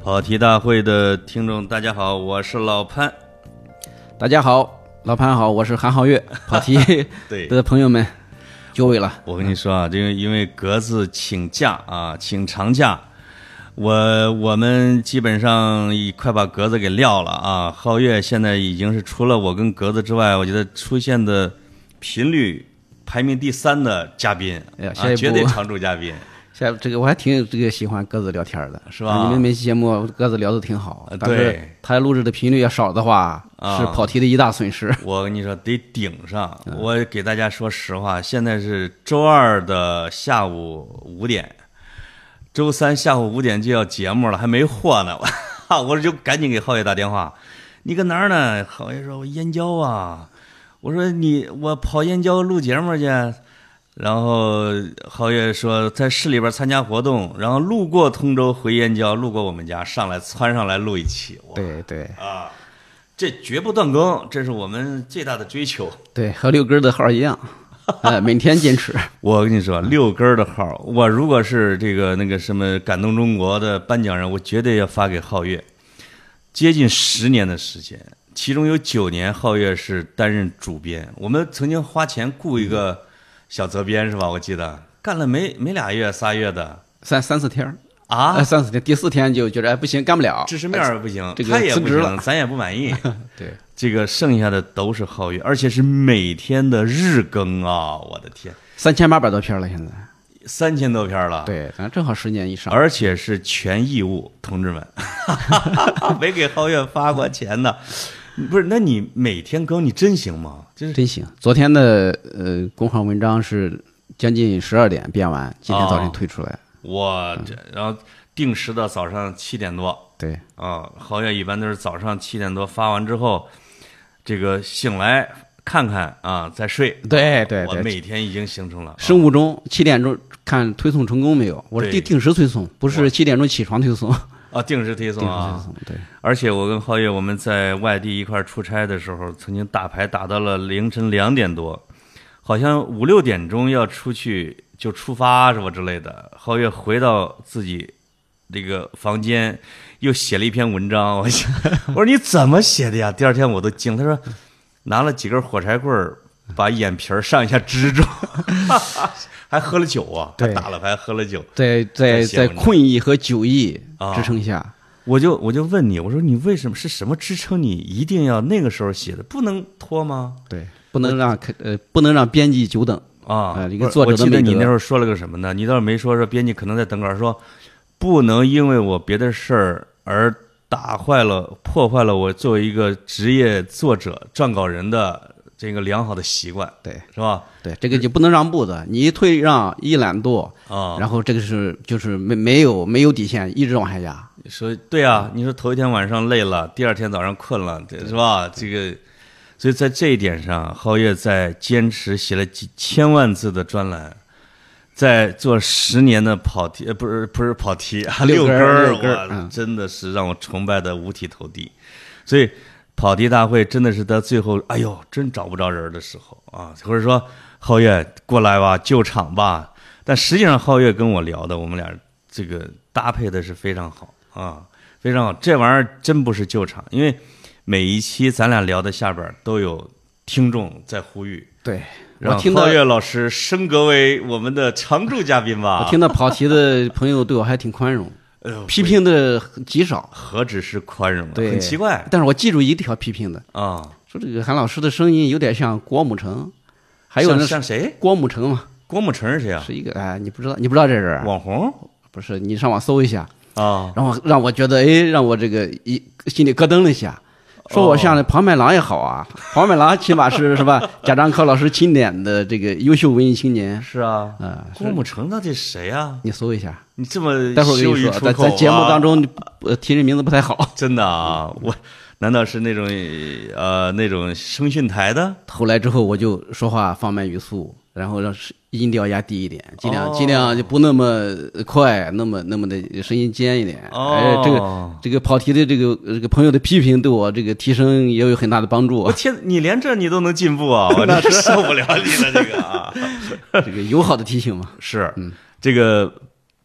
跑题大会的听众大家好，我是老潘。 大家好，老潘好，我是韩浩月。跑题的朋友们久违了。 我跟你说啊，这个因为格子请假啊，请长假，我们基本上快把格子给撂了啊。浩月现在已经是除了我跟格子之外，我觉得出现的频率排名第3的嘉宾，绝对常驻嘉宾。 这个我还挺喜欢鸽子聊天的， 是吧？ 你们每期节目鸽子聊得挺好，但是他录制的频率要少的话，是跑题的一大损失。 我跟你说，得顶上。我给大家说实话，现在是周2的下午5点，周3下午5点就要节目了，还没货呢。我就赶紧给浩爷打电话，你搁哪儿呢？浩爷说我燕郊啊。我说我跑燕郊录节目去。然后浩月说在市里边参加活动，然后路过通州回燕郊，路过我们家窜上来录一期。 对啊，这绝不断更，这是我们最大的追求。 对，和6根的号一样，每天坚持。 我跟你说，6根的号，我如果是那个什么感动中国的颁奖人，我绝对要发给浩月。接近10年的时间，其中有9年浩月是担任主编，我们曾经花钱雇一个小责编是吧？我记得干了没2月3月的三四天啊 ，3、4天，第4天就觉得不行，干不了， 知识面不行， 他也不行，咱也不满意。 对， 这个剩下的都是浩月，而且是每天的日更啊！我的天 ，3800多篇了，现在 3000多篇了。 对，咱正好10年以上， 而且是全义务，同志们，没给浩月发过钱的。不是，那你每天更，你真行吗？ 真行。昨天的公号文章是将近12点编完，今天早晨推出来。 然后定时的早上7点多。 对啊，浩月一般都是早上7点多发完之后，这个醒来看看啊，再睡。 对， 我每天已经形成了生物钟7点钟看推送成功没有？我是定时推送，不是7点钟起床推送。 定时推送啊！ 对， 而且我跟浩月我们在外地一块出差的时候，曾经打牌打到了凌晨2点多，好像5、6点钟要出去就出发什么之类的。浩月回到自己这个房间，又写了一篇文章。我说你怎么写的呀？第2天我都惊。他说拿了几根火柴棍把眼皮上一下支住。还喝了酒啊！还打了牌，喝了酒。 在困意和酒意支撑下， 我就问你，我说你为什么是什么支撑你一定要那个时候写的？不能拖吗？ 对，不能让编辑久等啊！ 一个作者的美德。 我记得你那时候说了个什么呢？你倒是没说编辑可能在等稿，说不能因为我别的事儿而破坏了我作为一个职业作者、撰稿人的这个良好的习惯， 对， 是吧？ 对，这个就不能让步的。你一退让，一懒惰然后这个就是没有底线，一直往下压。 说对啊，你说头一天晚上累了，第2天早上困了，是吧？这个，所以在这一点上，浩月在坚持写了几千万字的专栏，在做10年的跑题，不是跑题，6根，真的是让我崇拜的五体投地。所以跑题大会真的是到最后，哎呦，真找不着人的时候啊，或者说浩月过来吧，救场吧。但实际上浩月跟我聊的，我们俩这个搭配的是非常好啊，非常好。这玩意儿真不是救场，因为每一期咱俩聊的下边都有听众在呼吁， 对， 让浩月老师升格为我们的常驻嘉宾吧。 我听到跑题的朋友对我还挺宽容。批评的极少， 何止是宽容， 对， 很奇怪。 但是我记住一条批评的啊， 说这个韩老师的声音有点像郭母成，还有像谁？ 郭母成嘛？ 郭母成是谁啊？ 是一个你不知道这人？ 网红？ 不是，你上网搜一下啊， 然后让我觉得让我这个心里咯噔了一下。说我像庞麦郎也好啊，庞麦郎起码是吧？贾樟柯老师钦点的这个优秀文艺青年。 是啊，郭母成到底谁啊？ 你搜一下， 你这么待会儿跟你说，在节目当中提人名字不太好。 真的啊，我难道是那种声讯台的？ 后来之后我就说话放慢语速，然后让音调压低一点，尽量就不那么快，那么的声音尖一点。这个跑题的这个朋友的批评对我这个提升也有很大的帮助。 我天，你连这你都能进步啊！我真是受不了你了，这个啊， 这个友好的提醒嘛。 是，这个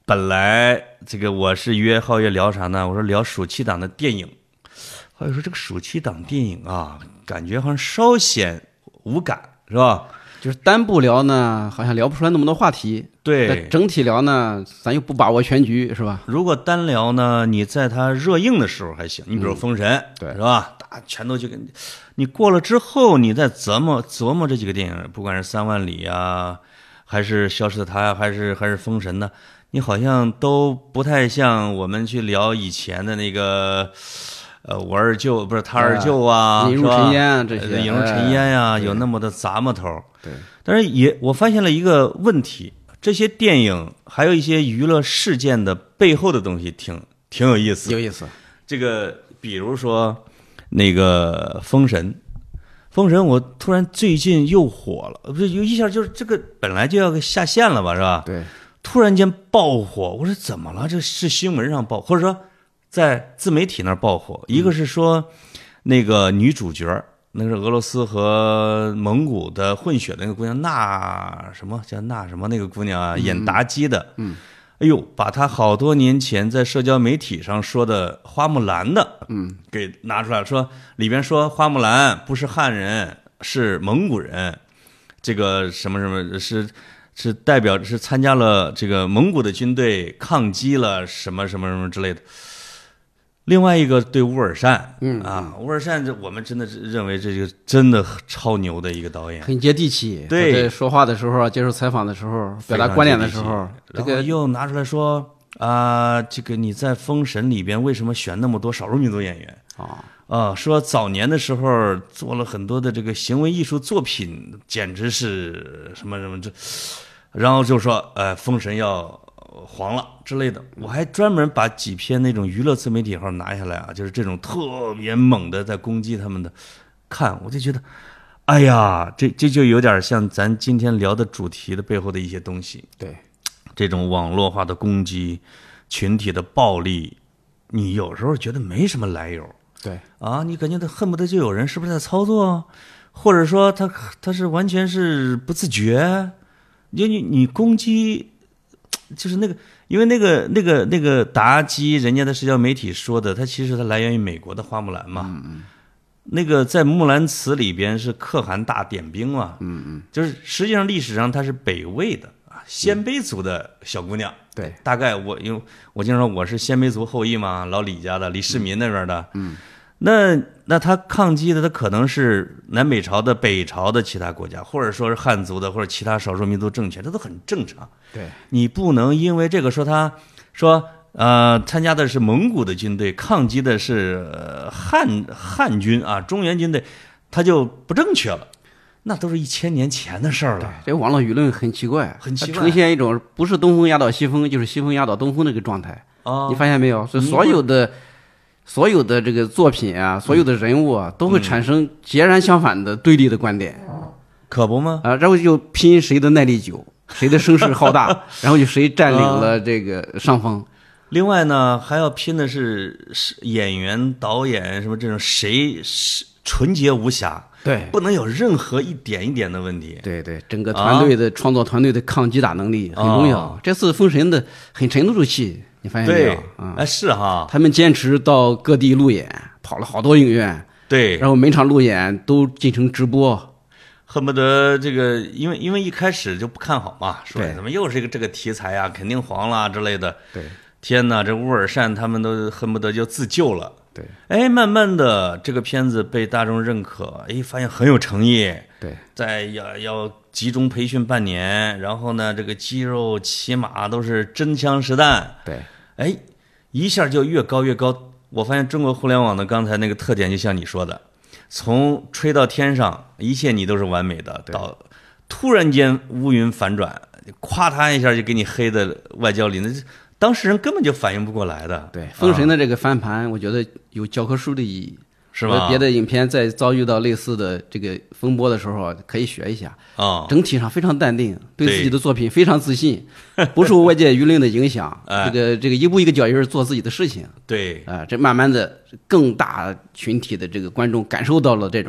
本来这个我是约皓月聊啥呢？我说聊暑期档的电影。皓月说这个暑期档电影啊，感觉好像稍显无感，是吧？ 就是单部聊呢，好像聊不出来那么多话题。 对， 整体聊呢，咱又不把握全局，是吧？ 如果单聊呢，你在它热映的时候还行，你比如《封神》， 对， 是吧？大家全都去跟你过了之后，你再琢磨这几个电影，不管是3万里啊，还是消失的她呀，还是封神呢，你好像都不太像我们去聊以前的那个。我二舅不是他二舅啊， 引入尘烟啊，这些引入尘烟呀，有那么的杂么头。 对， 但是我发现了一个问题，这些电影还有一些娱乐事件的背后的东西挺有意思。 有意思。 这个比如说那个封神，我突然最近又火了，不是有一下就是这个本来就要下线了吧，是吧？ 对， 突然间爆火，我说怎么了？这是新闻上爆，或者说。在自媒体那儿爆火，一个是说那个女主角，那是俄罗斯和蒙古的混血的那个姑娘，那什么那个姑娘啊，演妲己的，哎呦，把她好多年前在社交媒体上说的花木兰的，给拿出来说，里边说花木兰不是汉人，是蒙古人，这个什么是代表是参加了这个蒙古的军队，抗击了什么之类的。另外一个对乌尔善，乌尔善我们真的是认为这个真的超牛的一个导演， 很接地气。 对， 在说话的时候，接受采访的时候，表达观点的时候，这个又拿出来说这个你在《封神》里边为什么选那么多少数民族演员说早年的时候做了很多的这个行为艺术作品，简直是什么这，然后就说《封神》要。黄了之类的，我还专门把几篇那种娱乐自媒体号拿下来啊，就是这种特别猛的在攻击他们的，看我就觉得，哎呀，这就有点像咱今天聊的主题的背后的一些东西。 对， 这种网络化的攻击、群体的暴力，你有时候觉得没什么来由。 对啊，你感觉他恨不得就有人是不是在操作，或者说他是完全是不自觉，你攻击。就是那个，因为那个妲己，人家的社交媒体说的，它其实它来源于美国的花木兰嘛。那个在《木兰辞》里边是可汗大点兵嘛。就是实际上历史上她是北魏的鲜卑族的小姑娘。 对， 大概因为我经常说我是鲜卑族后裔嘛，老李家的，李世民那边的。那他抗击的，他可能是南北朝的、北朝的其他国家，或者说是汉族的，或者其他少数民族政权，这都很正常。 对， 你不能因为这个说参加的是蒙古的军队，抗击的是汉军啊，中原军队，他就不正确了。那都是1000年前的事儿了。 这网络舆论很奇怪， 很奇怪， 呈现一种不是东风压倒西风，就是西风压倒东风的一个状态。你发现没有？所有的这个作品啊，所有的人物啊，都会产生截然相反的对立的观点， 可不吗？ 然后就拼谁的耐力久，谁的声势浩大，然后就谁占领了这个上风。 另外呢，还要拼的是演员、导演什么这种谁是纯洁无瑕， 对， 不能有任何一点的问题。 对，整个团队的创作团队的抗击打能力很重要。这次封神的很沉得住气。你发现没有？ 是哈， 他们坚持到各地路演，跑了好多影院， 对， 然后每场路演都进行直播， 恨不得这个，因为一开始就不看好嘛，说怎么又是这个题材啊，肯定黄了之类的。 对， 天哪，这乌尔善他们都恨不得就自救了。 对， 慢慢的这个片子被大众认可，发现很有诚意。 对， 在要集中培训半年，然后呢，这个肌肉骑马都是真枪实弹。 对。 一下就越高越高。我发现中国互联网的刚才那个特点，就像你说的，从吹到天上，一切你都是完美的，到突然间乌云反转，咵嗒一下就给你黑的外焦里，那当事人根本就反应不过来的。 对，封神的这个翻盘，我觉得有教科书的意义。 是吧？ 别的影片在遭遇到类似的这个风波的时候，可以学一下整体上非常淡定，对自己的作品非常自信，不受外界舆论的影响。这个一步一个脚印做自己的事情。 对， 这慢慢的更大群体的这个观众感受到了这种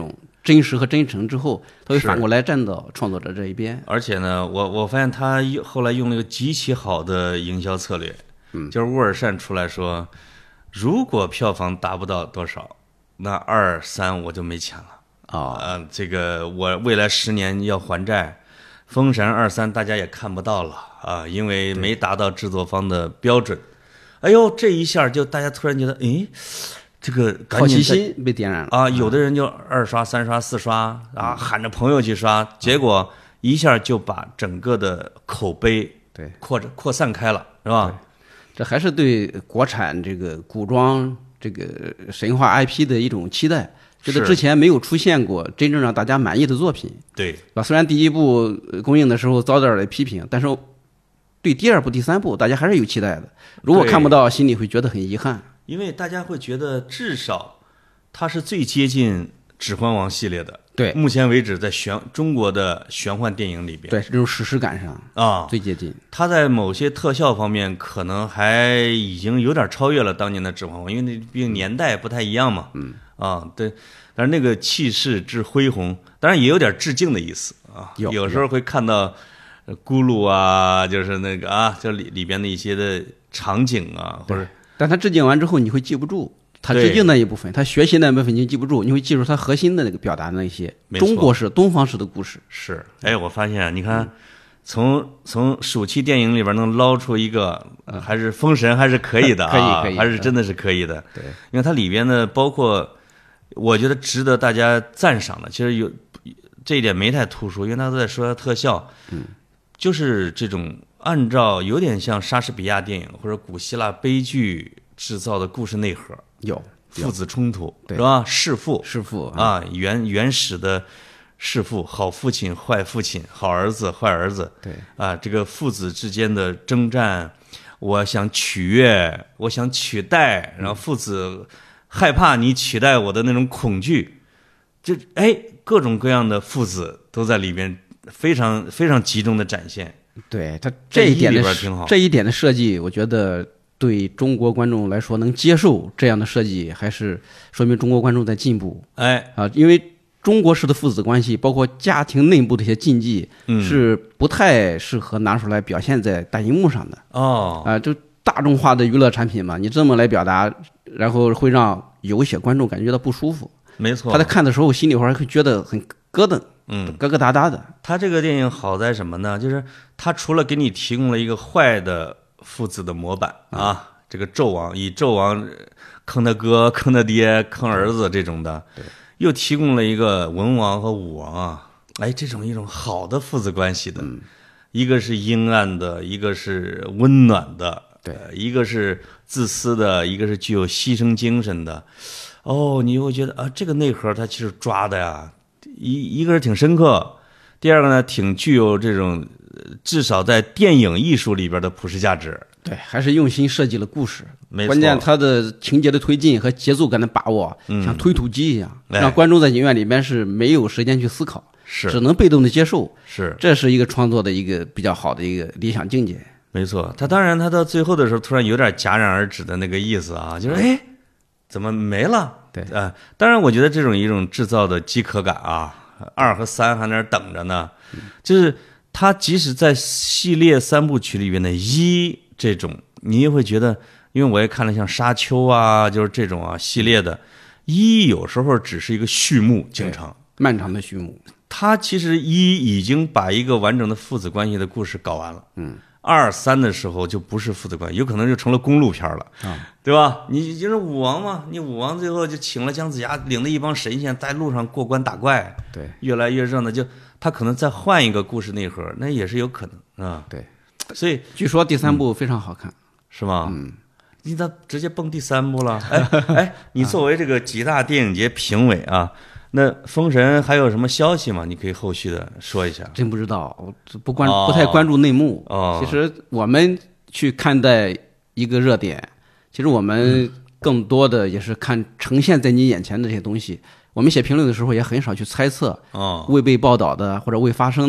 真实和真诚之后，他会反过来站到创作者这一边。 而且呢，我发现他后来用了一个极其好的营销策略，就是沃尔善出来说，如果票房达不到多少，那2、3我就没钱了。这个我未来10年要还债，封神2、3大家也看不到了啊，因为没达到制作方的标准。哎呦，这一下就大家突然觉得，诶，这个好奇心被点燃了啊！有的人就2刷、3刷、4刷啊，喊着朋友去刷，结果一下就把整个的口碑扩散开了，是吧？ 这还是对国产这个古装这个神话 IP 的一种期待，觉得之前没有出现过真正让大家满意的作品。 对， 虽然第一部公映的时候遭点的批评，但是对第2部、第3部大家还是有期待的。如果看不到，心里会觉得很遗憾。 因为大家会觉得至少它是最接近《指环王》系列的。 对， 目前为止在中国的玄幻电影里边， 对这种史诗感上啊最接近。 它在某些特效方面可能还已经有点超越了当年的《指环王》，因为那毕竟年代不太一样嘛。对，但是那个气势之恢宏，当然也有点致敬的意思啊。有时候会看到咕噜啊，就是那个啊，就里边的一些的场景啊，或者。 但他致敬完之后，你会记不住他致敬那一部分，他学习那部分你记不住，你会记住他核心的那个表达的那些中国式、东方式的故事。 是，哎，我发现你看，从暑期电影里边能捞出一个，还是封神还是可以的啊， 可以， 还是真的是可以的。 对， 因为它里边的包括，我觉得值得大家赞赏的，其实有这一点没太突出，因为他都在说特效，就是这种。按照有点像莎士比亚电影或者古希腊悲剧制造的故事内核， 有父子冲突是吧？弑父啊，原始的弑父，好父亲坏父亲，好儿子坏儿子， 对啊，这个父子之间的征战，我想取悦，我想取代，然后父子害怕你取代我的那种恐惧，各种各样的父子都在里边非常非常集中的展现。 对他这一点的设计，我觉得对中国观众来说能接受这样的设计，还是说明中国观众在进步。因为中国式的父子关系，包括家庭内部的一些禁忌，是不太适合拿出来表现在大荧幕上的。就大众化的娱乐产品嘛，你这么来表达，然后会让有一些观众感觉到不舒服。 没错， 他在看的时候心里会觉得很咯噔。疙疙瘩瘩的。 他这个电影好在什么呢？就是他除了给你提供了一个坏的父子的模板啊，这个纣王以纣王坑他哥、坑他爹、坑儿子这种的，又提供了一个文王和武王啊，这种一种好的父子关系的，一个是阴暗的，一个是温暖的，一个是自私的，一个是具有牺牲精神的。你会觉得这个内核他其实抓的呀。一个是挺深刻，第二个呢，挺具有这种至少在电影艺术里边的普世价值。 对，还是用心设计了故事， 没错。 关键它的情节的推进和节奏感的把握，像推土机一样，让观众在影院里边是没有时间去思考，只能被动的接受。这是一个创作的一个比较好的一个理想境界。 没错，他当然他到最后的时候突然有点戛然而止的那个意思啊，就是怎么没了？ 对， 当然我觉得这种一种制造的饥渴感啊，2和3还在那等着呢，就是它即使在系列3部曲里面的1这种，你也会觉得，因为我也看了像沙丘啊，就是这种系列的1，有时候只是一个序幕，经常漫长的序幕。 它其实1已经把一个完整的父子关系的故事搞完了。2、3的时候就不是父子关系，有可能就成了公路片了，对吧？你就是武王嘛，你武王最后就请了姜子牙，领着一帮神仙在路上过关打怪， 对， 越来越热闹，就他可能再换一个故事内核，那也是有可能啊。 对， 所以据说第3部非常好看， 是吗？你咋直接蹦第3部了？你作为这个几大电影节评委啊。那封神还有什么消息吗？你可以后续的说一下。 真不知道，我不太关注内幕。其实我们去看待一个热点，其实我们更多的也是看呈现在你眼前的这些东西。我们写评论的时候也很少去猜测未被报道的或者未发生的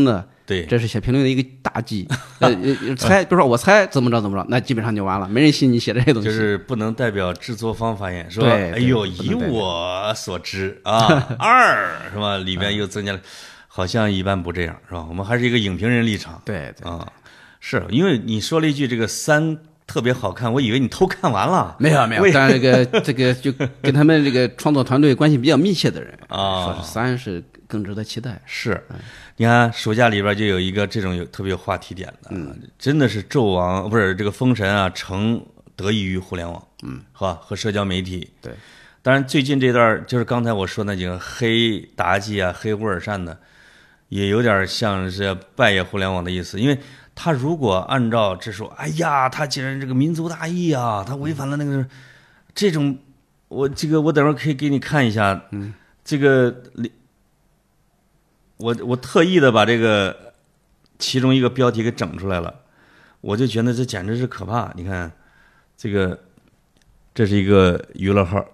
对， 这是写评论的一个大忌。猜，比如说我猜怎么着，那基本上就完了，没人信你写这些东西。 就是不能代表制作方发言，说对哎呦，以我所知啊，2是吧？里边又增加了，好像一般不这样，是吧？我们还是一个影评人立场。 对啊，是因为你说了一句这个3特别好看，我以为你偷看完了。 没有，但是这个就跟他们这个创作团队关系比较密切的人说是3是更值得期待。 是，你看暑假里边就有一个这种特别有话题点的，真的是纣王不是这个封神啊，成得益于互联网，是吧？和社交媒体。 对， 当然最近这段就是刚才我说那几个黑妲己啊、黑乌尔善的，也有点像是败也互联网的意思，因为他如果按照这说，哎呀，他竟然这个民族大义啊，他违反了那个这种，我等会儿可以给你看一下，这个我特意的把这个其中一个标题给整出来了，我就觉得这简直是可怕。你看这个，这是一个娱乐号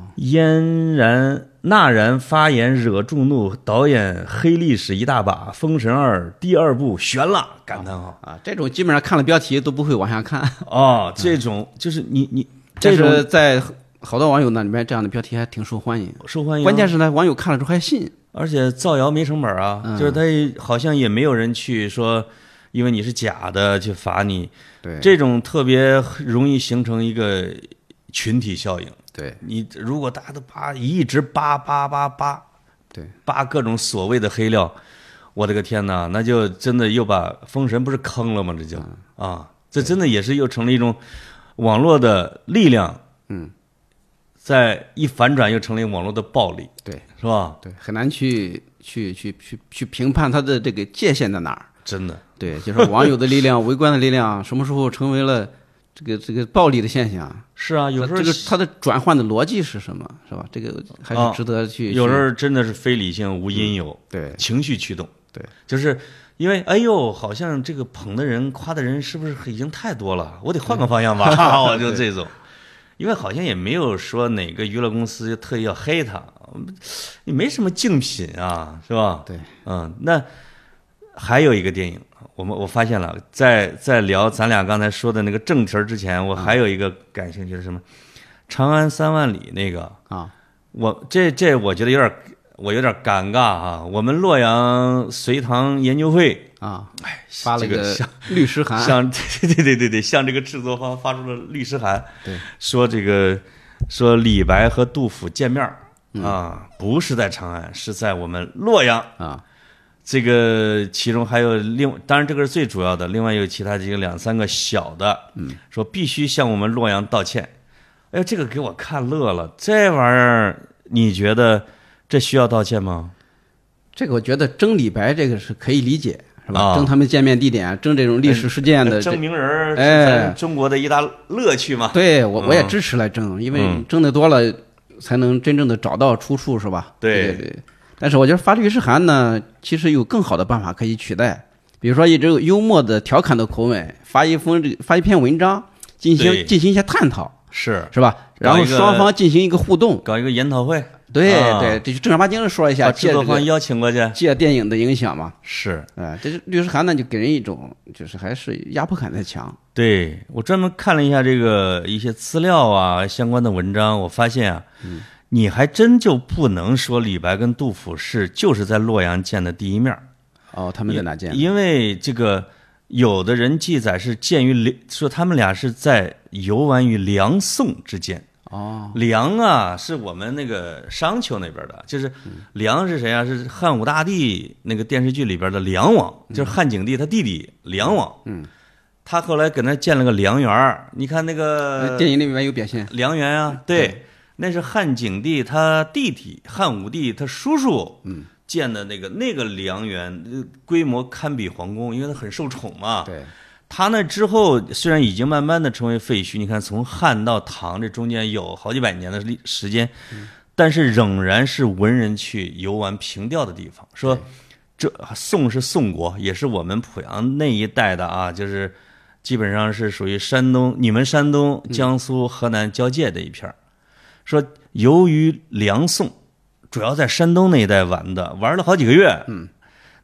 纳然发言惹众怒，导演黑历史一大把，《封神2》第2部悬了！感叹号啊！这种基本上看了标题都不会往下看哦。这种就是你这种在好多网友那里面，这样的标题还挺受欢迎，关键是呢，网友看了之后还信， 而且造谣没成本啊，就是他好像也没有人去说，因为你是假的去罚你。 对， 这种特别容易形成一个群体效应。 对， 你如果大家都一直扒， 对， 扒各种所谓的黑料，我的个天哪，那就真的又把封神不是坑了吗？这就这真的也是又成了一种网络的力量，在一反转又成了网络的暴力， 对， 是吧？ 对，很难去评判它的这个界限在哪儿， 真的， 对，就是网友的力量、围观的力量，什么时候成为了这个暴力的现象？ 是啊，有时候这个它的转换的逻辑是什么？是吧？这个还是值得去。 有时候真的是非理性、无因由， 对， 情绪驱动， 对， 就是因为哎呦，好像这个捧的人、夸的人是不是已经太多了？我得换个方向吧，我就这种。因为好像也没有说哪个娱乐公司特意要黑他，你没什么竞品啊，是吧？ 对， 那还有一个电影。我发现了，在聊咱俩刚才说的那个正题之前，我还有一个感兴趣的是什么？长安3万里那个啊， 我觉得有点尴尬啊。我们洛阳隋唐研究会发了个律师函， 对，向这个制作方发出了律师函， 对， 说李白和杜甫见面不是在长安，是在我们洛阳啊。这个其中还有当然这个是最主要的，另外有其他几个2-3个小的，说必须向我们洛阳道歉。哎呦，这个给我看乐了，这玩意儿你觉得这需要道歉吗？ 这个我觉得争李白这个是可以理解，是吧？争他们见面地点，争这种历史事件的， 争名人，咱中国的一大乐趣嘛。 对，我也支持来争，因为争得多了才能真正的找到出处，是吧？对。但是我觉得发律师函呢，其实有更好的办法可以取代，比如说以这种幽默的、调侃的口吻发一篇文章，进行一些探讨，是吧？然后双方进行一个互动， 搞一个研讨会。 对，这就正儿八经的说一下， 把制作方邀请过去， 借电影的影响嘛。 是， 这是律师函呢，就给人一种就是还是压迫感太强。 对，我专门看了一下这个一些资料啊，相关的文章，我发现啊。你还真就不能说李白跟杜甫就是在洛阳见的第一面他们在哪见？ 因为这个有的人记载是说他们俩是在游玩于梁宋之间。梁啊，是我们那个商丘那边的，就是梁是谁啊？是汉武大帝那个电视剧里边的梁王，就是汉景帝他弟弟梁王。他后来搁那建了个梁园，你看那个电影里面有表现， 梁园啊，对。那是汉景帝他弟弟，汉武帝他叔叔建的那个梁园，规模堪比皇宫，因为他很受宠嘛。 对， 他那之后虽然已经慢慢的成为废墟，你看从汉到唐这中间有好几百年的时间，但是仍然是文人去游玩凭吊的地方。说这宋是宋国，也是我们濮阳那一带的啊，就是基本上是属于山东、江苏、河南交界的一片。说由于梁宋主要在山东那一带玩了好几个月，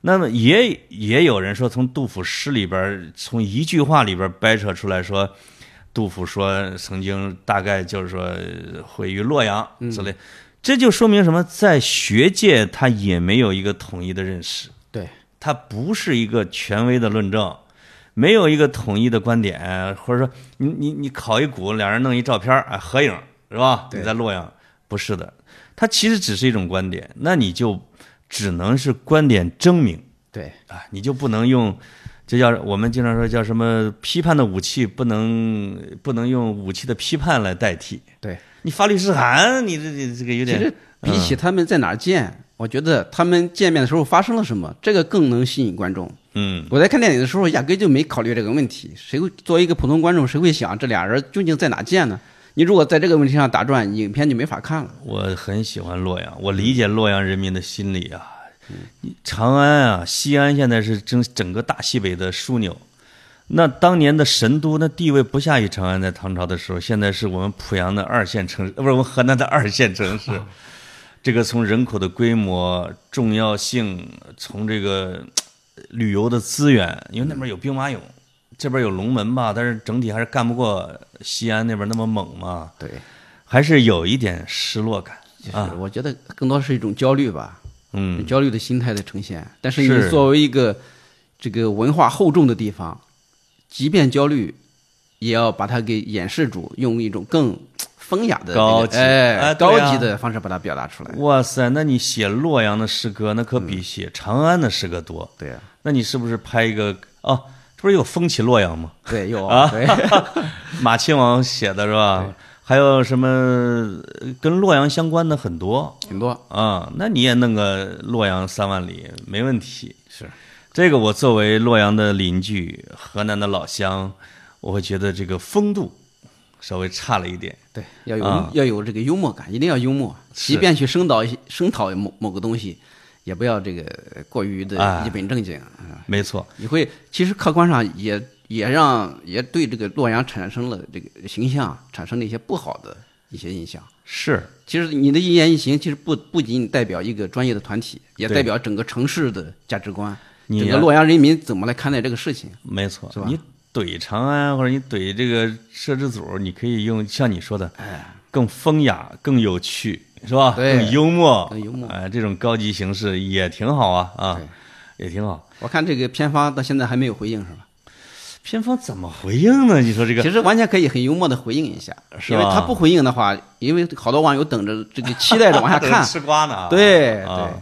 那么也有人说，从杜甫诗里边，从一句话里边掰扯出来说，杜甫说曾经大概就是说毁于洛阳之类，这就说明什么？在学界他也没有一个统一的认识， 对， 它不是一个权威的论证，没有一个统一的观点，或者说你考一鼓，两人弄一照片合影是吧？你在洛阳，不是的，它其实只是一种观点，那你就只能是观点争鸣， 对啊，你就不能用，这叫我们经常说叫什么批判的武器，不能用武器的批判来代替。 对， 你发律师函，你这个有点。 其实比起他们在哪儿见，我觉得他们见面的时候发生了什么，这个更能吸引观众。我在看电影的时候压根就没考虑这个问题，谁会作为一个普通观众，谁会想这俩人究竟在哪见呢？你如果在这个问题上打转，影片就没法看了。 我很喜欢洛阳，我理解洛阳人民的心理啊。长安啊，西安现在是整个大西北的枢纽。那当年的神都，那地位不下于长安，在唐朝的时候，现在是我们濮阳的2线城市，不是我们河南的2线城市。这个从人口的规模、重要性，从这个旅游的资源，因为那边有兵马俑，这边有龙门吧，但是整体还是干不过西安那边那么猛嘛。 对， 还是有一点失落感啊。 我觉得更多是一种焦虑吧，焦虑的心态的呈现。但是你作为一个这个文化厚重的地方，即便焦虑，也要把它给掩饰住，用一种更风雅的、高级的方式把它表达出来。 哇塞，那你写洛阳的诗歌，那可比写长安的诗歌多。 对呀， 那你是不是拍一个这不是有风起洛阳吗？ 对，有啊， 对， 马亲王写的是吧？还有什么跟洛阳相关的很多啊？那你也弄个洛阳3万里没问题。 是这个，我作为洛阳的邻居，河南的老乡，我会觉得这个风度稍微差了一点。 对，要有这个幽默感，一定要幽默，即便去声讨某个东西，也不要这个过于的一本正经。 没错， 你会其实客观上也对这个洛阳产生了这个形象产生了一些不好的一些印象。 是， 其实你的一言一行，其实不仅代表一个专业的团体，也代表整个城市的价值观，整个洛阳人民怎么来看待这个事情。 没错， 是吧？ 你怼长安或者你怼这个摄制组，你可以用像你说的，更风雅、更有趣，是吧？更幽默，这种高级形式也挺好啊，也挺好。 我看这个片方到现在还没有回应，是吧？ 片方怎么回应呢？你说这个， 其实完全可以很幽默的回应一下，因为他不回应的话，因为好多网友等着这个期待着往下看， 吃瓜呢。 对，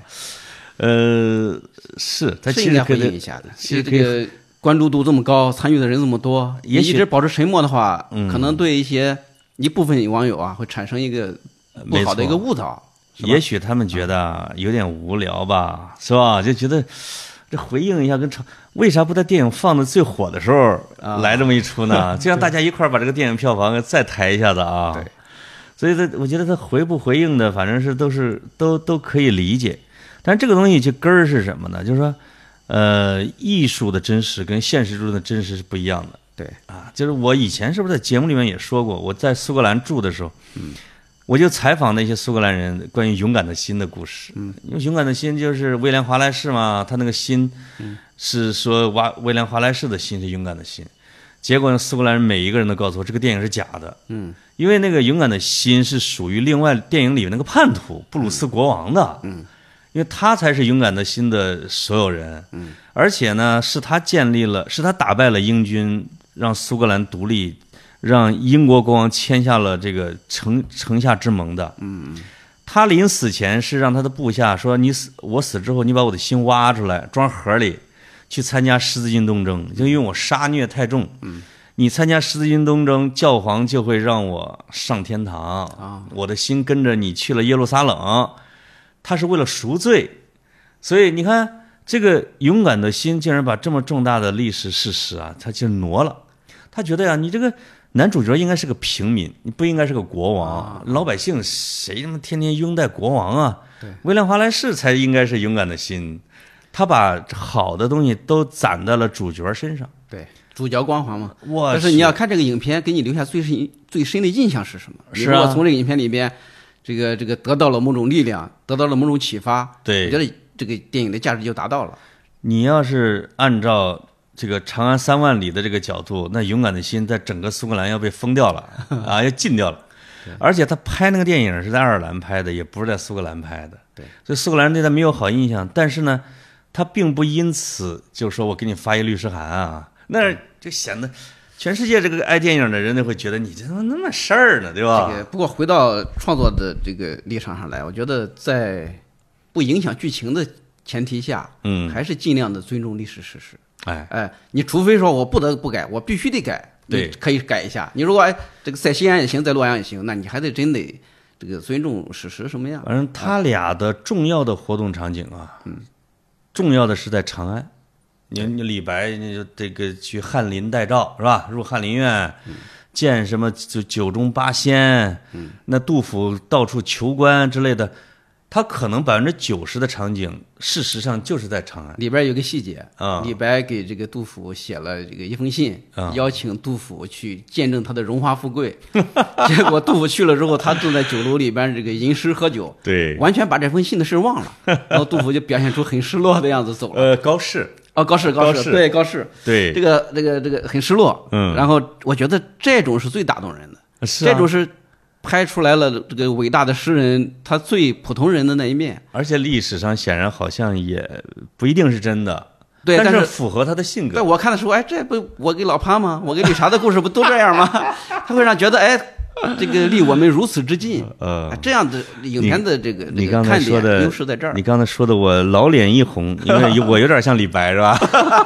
是他其实应该回应一下的。其实这个关注度这么高，参与的人这么多，也一直保持沉默的话，可能对一部分网友会产生一个不好的一个误导。 也许他们觉得有点无聊吧，是吧？就觉得这回应一下为啥不在电影放的最火的时候来这么一出呢？就让大家一块儿把这个电影票房再抬一下子啊！ 对， 所以我觉得他回不回应的，反正是都可以理解。但是这个东西就根儿是什么呢？就是说，艺术的真实跟现实中的真实是不一样的。 对啊，就是我以前是不是在节目里面也说过，我在苏格兰住的时候，我就采访那些苏格兰人关于勇敢的心的故事。因为勇敢的心就是威廉华莱士嘛，他那个心是说威廉华莱士的心是勇敢的心，结果苏格兰人每一个人都告诉我这个电影是假的。因为那个勇敢的心是属于另外电影里面那个叛徒布鲁斯国王的。因为他才是勇敢的心的所有人。而且呢，是他打败了英军，让苏格兰独立，让英国国王签下了这个城下之盟的。他临死前是让他的部下说：“我死之后，你把我的心挖出来，装盒里，去参加十字军东征。就因为我杀虐太重，你参加十字军东征，教皇就会让我上天堂，我的心跟着你去了耶路撒冷。”他是为了赎罪，所以你看，这个勇敢的心竟然把这么重大的历史事实他就挪了。他觉得你这个男主角应该是个平民，你不应该是个国王。老百姓谁他妈天天拥戴国王啊？威廉华莱士才应该是勇敢的心。他把好的东西都攒在了主角身上。 对，主角光环嘛。但是你要看这个影片，给你留下最深的印象是什么？ 是如果从这个影片里边，这个得到了某种力量，得到了某种启发， 对， 我觉得这个电影的价值就达到了。 你要是按照这个长安3万里的这个角度，那勇敢的心在整个苏格兰要被封掉了啊，要禁掉了。而且他拍那个电影是在爱尔兰拍的，也不是在苏格兰拍的。 对， 所以苏格兰人对他没有好印象。但是呢，他并不因此就说我给你发一律师函啊，那就显得全世界这个爱电影的人都会觉得你这怎么那么事儿呢，对吧？ 不过回到创作的这个立场上来，我觉得在不影响剧情的前提下，还是尽量的尊重历史事实。你除非说我不得不改，我必须得改， 对， 可以改一下。你如果这个在西安也行，在洛阳也行，那你还得真得这个尊重事实什么样。 反正他俩的重要的活动场景啊，重要的是在长安。你李白，你就这个去翰林待诏是吧？入翰林院，见什么九中八仙，那杜甫到处求官之类的，他可能90%的场景，事实上就是在长安。 里边有个细节李白给这个杜甫写了这个一封信，邀请杜甫去见证他的荣华富贵。结果杜甫去了之后，他坐在酒楼里边这个吟诗喝酒， 对， 完全把这封信的事忘了。然后杜甫就表现出很失落的样子走了。 高适。 高适，对，高适， 对， 这个很失落，然后我觉得这种是最打动人的，这种是拍出来了这个伟大的诗人他最普通人的那一面， 而且历史上显然好像也不一定是真的， 对， 但是符合他的性格。 对，我看的时候，这不我给老潘吗？我给李茶的故事不都这样吗？他会让觉得这个离我们如此之近，这样的影片的这个看点优势在这儿。 你刚才说的我老脸一红，因为我有点像李白是吧？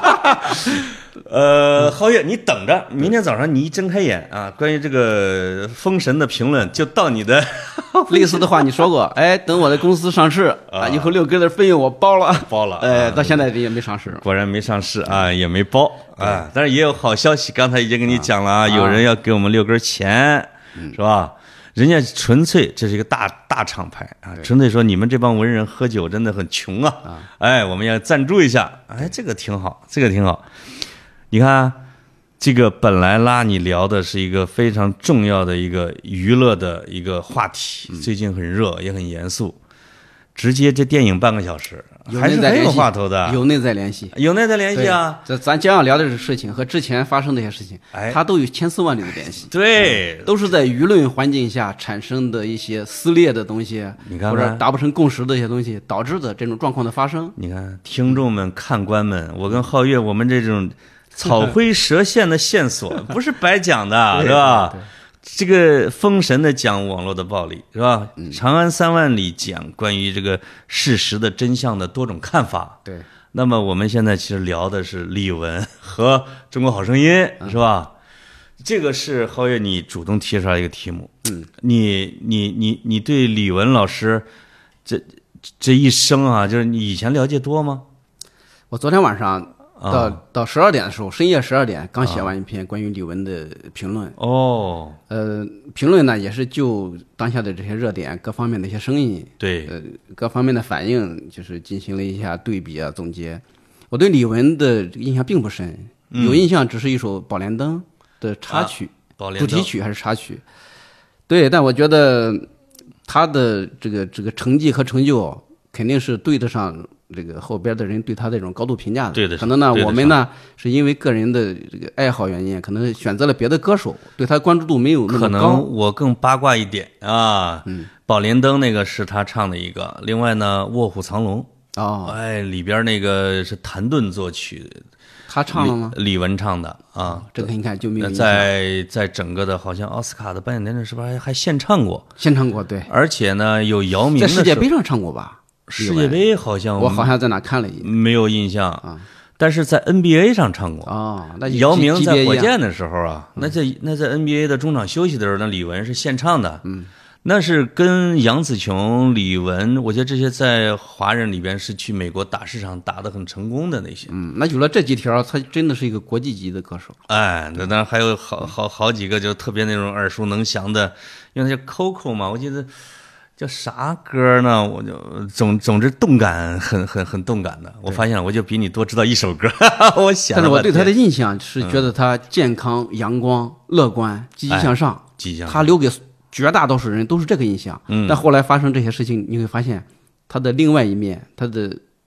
皓月，你等着，明天早上你一睁开眼啊，关于这个《封神》的评论就到你的。 类似的话你说过，等我的公司上市以后6根的费用我包了，到现在也没上市， 果然没上市啊，也没包啊。但是也有好消息，刚才已经跟你讲了啊，有人要给我们6根钱。是吧？人家纯粹这是一个大厂牌啊，纯粹说你们这帮文人喝酒真的很穷啊，我们要赞助一下，这个挺好，这个挺好。你看，这个本来拉你聊的是一个非常重要的一个娱乐的一个话题，最近很热也很严肃，直接这电影半个小时。还是很有话头的， 有内在联系， 有内在联系啊！ 咱将要聊的这事情和之前发生的一些事情，它都有千丝万缕的联系。 对， 都是在舆论环境下产生的一些撕裂的东西， 你看， 或者达不成共识的一些东西，导致的这种状况的发生。 你看，听众们、看官们，我跟皓月，我们这种草灰蛇线的线索不是白讲的，是吧？这个封神的讲网络的暴力是吧？长安3万里讲关于这个事实的真相的多种看法。 对， 那么我们现在其实聊的是李玟和中国好声音，是吧？这个是皓月你主动提出来一个题目。你对李玟老师这一生啊，就是你以前了解多吗？ 我昨天晚上。到12点的时候，深夜12点刚写完一篇关于李玟的评论。评论呢也是就当下的这些热点各方面的一些声音， 对， 各方面的反应，就是进行了一下对比啊总结。我对李玟的印象并不深，有印象只是一首《宝莲灯》的插曲，主题曲还是插曲。对，但我觉得他的这个成绩和成就肯定是对得上这个后边的人对他这种高度评价的。 对的， 可能呢，我们呢是因为个人的这个爱好原因，可能选择了别的歌手，对他关注度没有那么高。 可能我更八卦一点啊，宝莲灯那个是他唱的一个，另外呢，卧虎藏龙里边那个是谭盾作曲， 他唱了吗？ 李玟唱的啊， 这个你看就没有在整个的好像奥斯卡的颁奖典礼是不是还献唱过？ 献唱过，对。 而且呢，有姚明在世界杯上唱过吧？ 世界杯好像我好像在哪看了一眼， 没有印象啊。但是在 NBA 上唱过那姚明在火箭的时候啊，那在 NBA 的中场休息的时候，那李玟是献唱的，那是跟杨紫琼、李玟，我觉得这些在华人里边是去美国打市场打得很成功的那些。 那有了这几条，他真的是一个国际级的歌手。 那当然还有好几个就特别那种耳熟能详的，因为那叫 Coco 嘛，我记得。叫啥歌呢？我就总之动感很动感的。我发现我就比你多知道一首歌。我想， 但是我对他的印象是觉得他健康、阳光、乐观、积极向上。他留给绝大多数人都是这个印象。但后来发生这些事情，你会发现他的另外一面，他的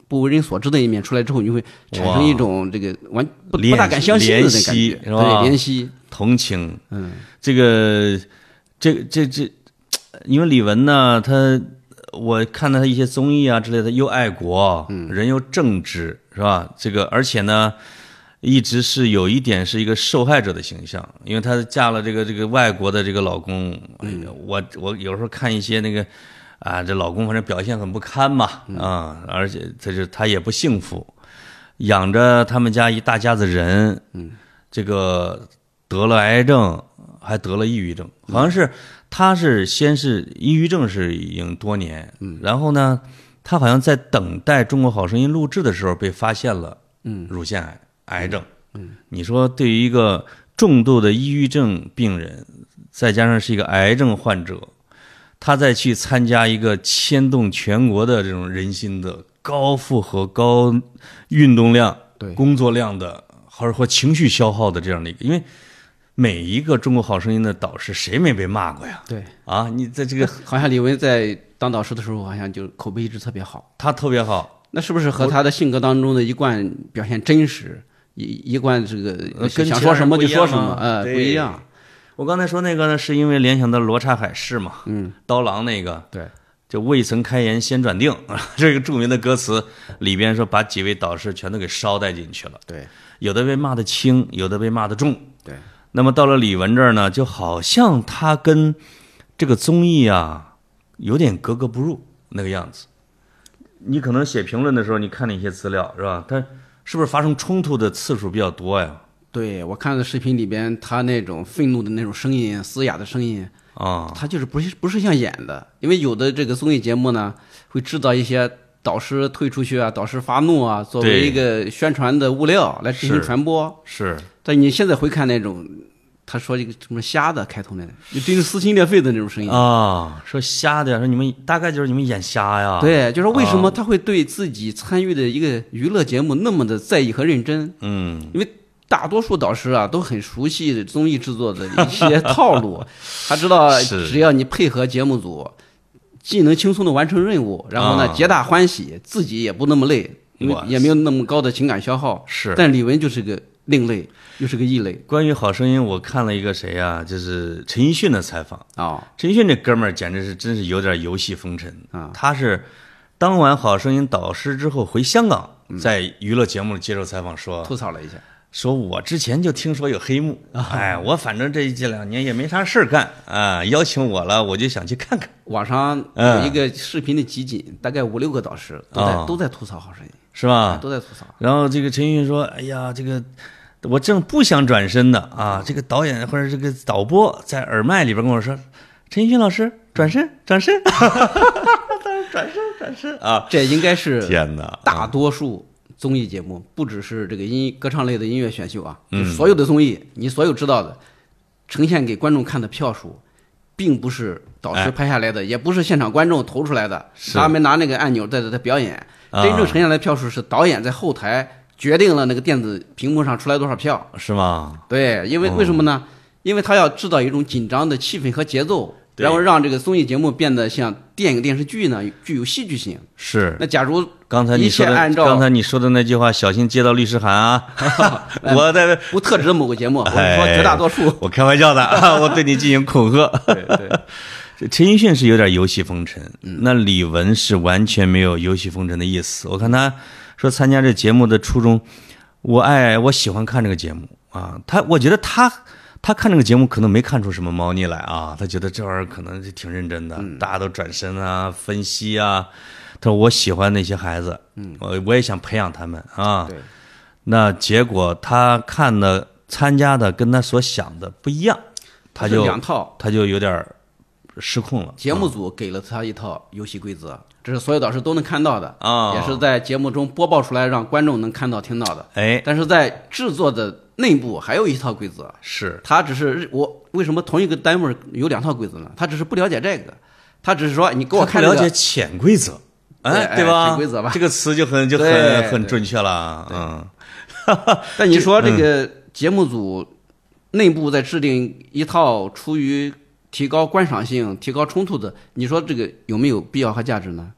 不为人所知的一面出来之后，你会产生一种这个不大敢相信的感觉， 是吧？ 对，怜惜、 同情。这因为李玟呢，我看到他一些综艺啊之类的，又爱国，人又正直，是吧？这个而且呢，一直是有一点是一个受害者的形象，因为她嫁了这个外国的这个老公。我有时候看一些那个这老公反正表现很不堪嘛，而且他也不幸福，养着他们家一大家子人，这个得了癌症，还得了抑郁症，好像是他先是抑郁症是已经多年，然后呢，他好像在等待《中国好声音》录制的时候被发现了乳腺癌症。你说对于一个重度的抑郁症病人，再加上是一个癌症患者，他再去参加一个牵动全国的这种人心的高负荷、高运动量、工作量的，或情绪消耗的这样的一个，因为每一个中国好声音的导师谁没被骂过呀？ 对啊，你在这个好像李玟在当导师的时候，好像就口碑一直特别好。 他特别好， 那是不是和他的性格当中的一贯表现真实，一贯这个想说什么就说什么，不一样？ 我刚才说那个呢，是因为联想到罗刹海市嘛，刀郎那个， 对， 就未曾开言先转定，这个著名的歌词里边说把几位导师全都给捎带进去了， 对， 有的被骂得轻，有的被骂得重， 对。 那么到了李玟这儿呢，就好像他跟这个综艺啊有点格格不入那个样子。你可能写评论的时候，你看了一些资料是吧？他是不是发生冲突的次数比较多呀？ 对，我看的视频里边，他那种愤怒的那种声音、嘶哑的声音啊，他就是不是像演的。因为有的这个综艺节目呢，会制造一些导师退出去啊、导师发怒啊，作为一个宣传的物料来进行传播。 是。 但你现在回看那种，他说一个什么瞎的开头那，就真是撕心裂肺的那种声音啊，说瞎的，说你们大概就是你们演瞎呀。 对，就是为什么他会对自己参与的一个娱乐节目那么的在意和认真？因为大多数导师啊都很熟悉综艺制作的一些套路，他知道只要你配合节目组，既能轻松的完成任务，然后呢皆大欢喜，自己也不那么累，因为也没有那么高的情感消耗。 是， 但李玟就是个另类，又是个异类。 关于好声音，我看了一个谁呀，就是陈奕迅的采访陈奕迅这哥们儿简直是真是有点游戏风尘啊！他是当完好声音导师之后回香港，在娱乐节目里接受采访说， 吐槽了一下。 说我之前就听说有黑幕，我反正这2年也没啥事干啊，邀请我了，我就想去看看。 网上有一个视频的集锦，大概5-6个导师都在吐槽好声音， 是吧？ 都在吐槽。 然后这个陈奕迅说：“哎呀，这个我正不想转身呢啊，这个导演或者这个导播在耳麦里边跟我说，陈奕迅老师转身，转身啊， 这应该是天哪， 大多数。”综艺节目不只是这个歌唱类的音乐选秀啊，所有的综艺，你所有知道的，呈现给观众看的票数，并不是导师拍下来的，也不是现场观众投出来的，他们拿那个按钮在表演，真正呈现来的票数是导演在后台决定了那个电子屏幕上出来多少票， 是吗？ 对，因为为什么呢？因为他要制造一种紧张的气氛和节奏。然后让这个综艺节目变得像电影电视剧呢，具有戏剧性。 是。 那假如刚才你说的那句话，小心接到律师函啊！我在不特指某个节目，我是说绝大多数。 我开玩笑的啊，我对你进行恐吓。 对， 陈奕迅是有点游戏风尘，那李玟是完全没有游戏风尘的意思。我看他说参加这节目的初衷，我喜欢看这个节目啊。我觉得他看这个节目可能没看出什么猫腻来啊，他觉得这玩意儿可能就挺认真的，大家都转身啊，分析啊。他说我喜欢那些孩子，我也想培养他们啊。 对， 那结果他看的参加的跟他所想的不一样，他就有点失控了。 节目组给了他一套游戏规则，这是所有导师都能看到的啊，也是在节目中播报出来让观众能看到听到的。但是在制作的内部还有一套规则， 是他只是为什么同一个单位有2套规则呢？他只是不了解这个，他只是说你给我看不了解潜规则，对吧？ 潜规则吧， 这个词就很准确了， 但你说这个节目组内部在制定一套出于提高观赏性、提高冲突的，你说这个有没有必要和价值呢？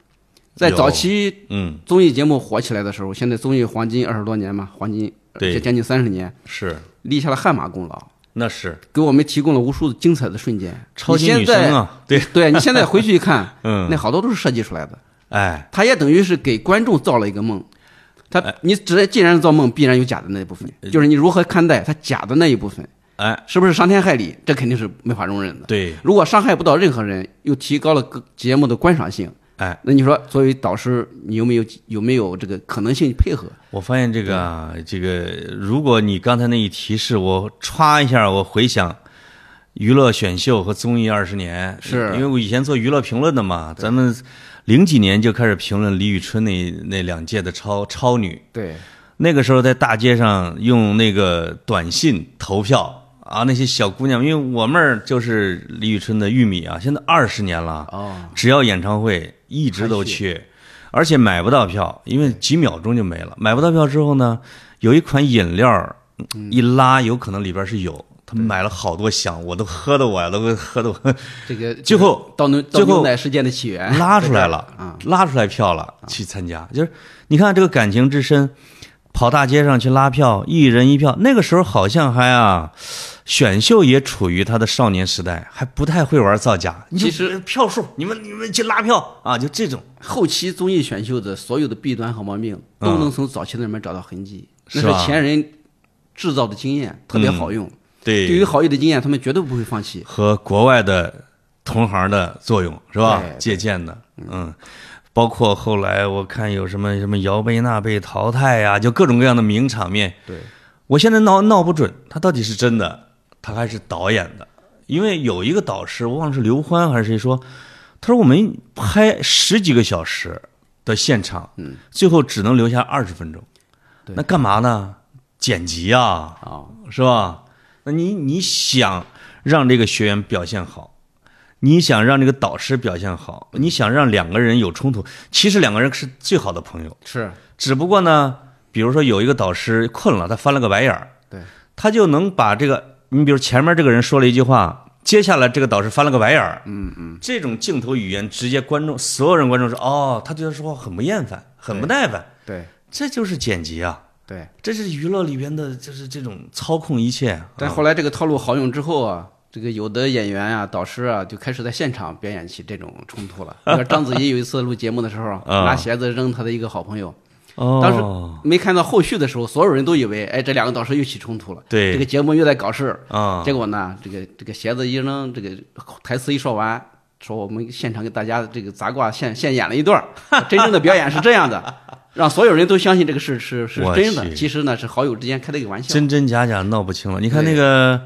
在早期嗯综艺节目火起来的时候，现在综艺黄金20多年嘛，黄金对将近30年， 是立下了汗马功劳， 那是给我们提供了无数精彩的瞬间。 超级女生啊，对对，你现在回去一看， 嗯那好多都是设计出来的。 哎他也等于是给观众造了一个梦。你既然造梦，必然有假的那一部分，就是你如何看待他假的那一部分， 哎是不是伤天害理？这肯定是没法容忍的。 对如果伤害不到任何人，又提高了节目的观赏性， 哎， 那你说作为导师，你有没有这个可能性配合？ 我发现这个啊，如果你刚才那一提示，我歘一下，我回想娱乐选秀和综艺20年， 是因为我以前做娱乐评论的嘛，咱们00几年就开始评论李宇春那2届的超女， 对， 那个时候在大街上用那个短信投票啊，那些小姑娘，因为我妹儿就是李宇春的玉米啊，现在20年了，只要演唱会一直都去，而且买不到票，因为几秒钟就没了。买不到票之后呢，有一款饮料一拉，有可能里边是有。他们买了好多箱，我都喝的我这个最后牛奶事件的起源拉出来了，拉出来票了，去参加。就是你看这个感情之深，跑大街上去拉票，一人一票。那个时候好像选秀也处于他的少年时代，还不太会玩造假。 其实票数，你们去拉票啊，就这种。 后期综艺选秀的所有的弊端和毛病，都能从早期的里面找到痕迹，那是前人制造的经验，特别好用。 对于好业的经验，他们绝对不会放弃。 和国外的同行的作用是吧？借鉴的，包括后来我看有什么姚贝娜被淘汰呀，就各种各样的名场面。 对， 我现在闹不准他到底是真的，他还是导演的。因为有一个导师，我忘了是刘欢还是谁说，他说我们拍10几个小时的现场，最后只能留下20分钟，那干嘛呢？剪辑啊，是吧？那你想让这个学员表现好，你想让这个导师表现好，你想让2个人有冲突，其实2个人是最好的朋友， 是， 只不过呢，比如说有一个导师困了，他翻了个白眼儿， 对， 他就能把这个，你比如前面这个人说了一句话，接下来这个导师翻了个白眼儿，这种镜头语言直接所有人观众说，哦，他对他说话很不厌烦，很不耐烦， 对， 这就是剪辑啊。 对， 这是娱乐里边的，就是这种操控一切。 但后来这个套路好用之后啊，这个有的演员啊、导师啊，就开始在现场表演起这种冲突了。你看章子怡有一次录节目的时候，拿鞋子扔他的一个好朋友，当时没看到后续的时候，所有人都以为，哎，这2个导师又起冲突了， 对， 这个节目又在搞事啊。结果呢，这个鞋子一扔，这个台词一说完，说我们现场给大家这个砸挂现演了一段，真正的表演是这样的。让所有人都相信这个是真的，其实呢是好友之间开的一个玩笑， 真真假假闹不清了。你看那个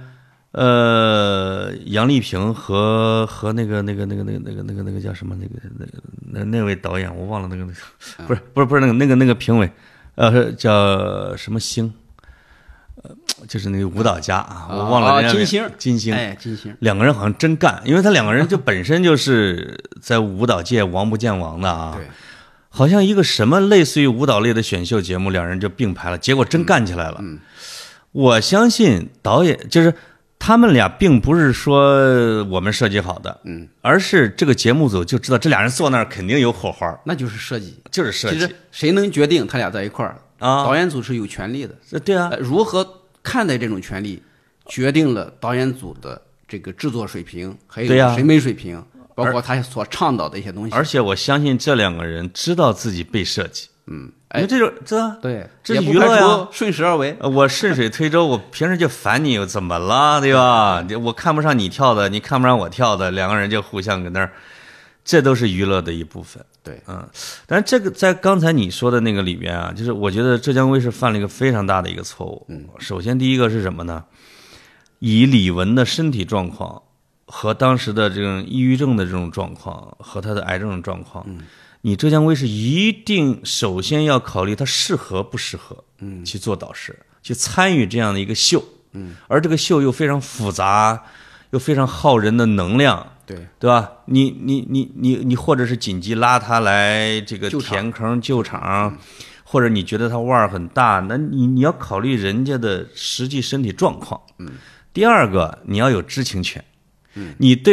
杨丽萍和那个叫什么那位导演我忘了不是那个评委叫什么星，就是那个舞蹈家啊，我忘了金星， 哎，金星 ，2个人好像真干，因为他2个人就本身就是在舞蹈界王不见王的啊。 对。 好像一个什么类似于舞蹈类的选秀节目，2人就并排了，结果真干起来了。我相信导演就是他们俩，并不是说我们设计好的，而是这个节目组就知道这2人坐那儿肯定有火花， 那就是设计， 就是设计。 其实谁能决定他俩在一块儿啊？导演组是有权利的。 对啊， 如何看待这种权利，决定了导演组的这个制作水平，还有审美水平。包括他所倡导的一些东西， 而且我相信这2个人知道自己被设计，因为这对， 这是娱乐呀， 顺势而为。 我顺水推舟，我平时就烦你，怎么了，对吧？我看不上你跳的，你看不上我跳的，2个人就互相搁那儿，这都是娱乐的一部分。 对， 但是这个在刚才你说的那个里边啊，就是我觉得浙江卫视犯了一个非常大的一个错误。首先第一个是什么呢？以李玟的身体状况。和当时的这种抑郁症的这种状况和他的癌症的状况，你浙江卫视一定首先要考虑他适合不适合，去做导师，去参与这样的一个秀，而这个秀又非常复杂，又非常耗人的能量，对吧？你或者是紧急拉他来这个填坑救场，或者你觉得他腕儿很大，那你要考虑人家的实际身体状况。第二个，你要有知情权。你对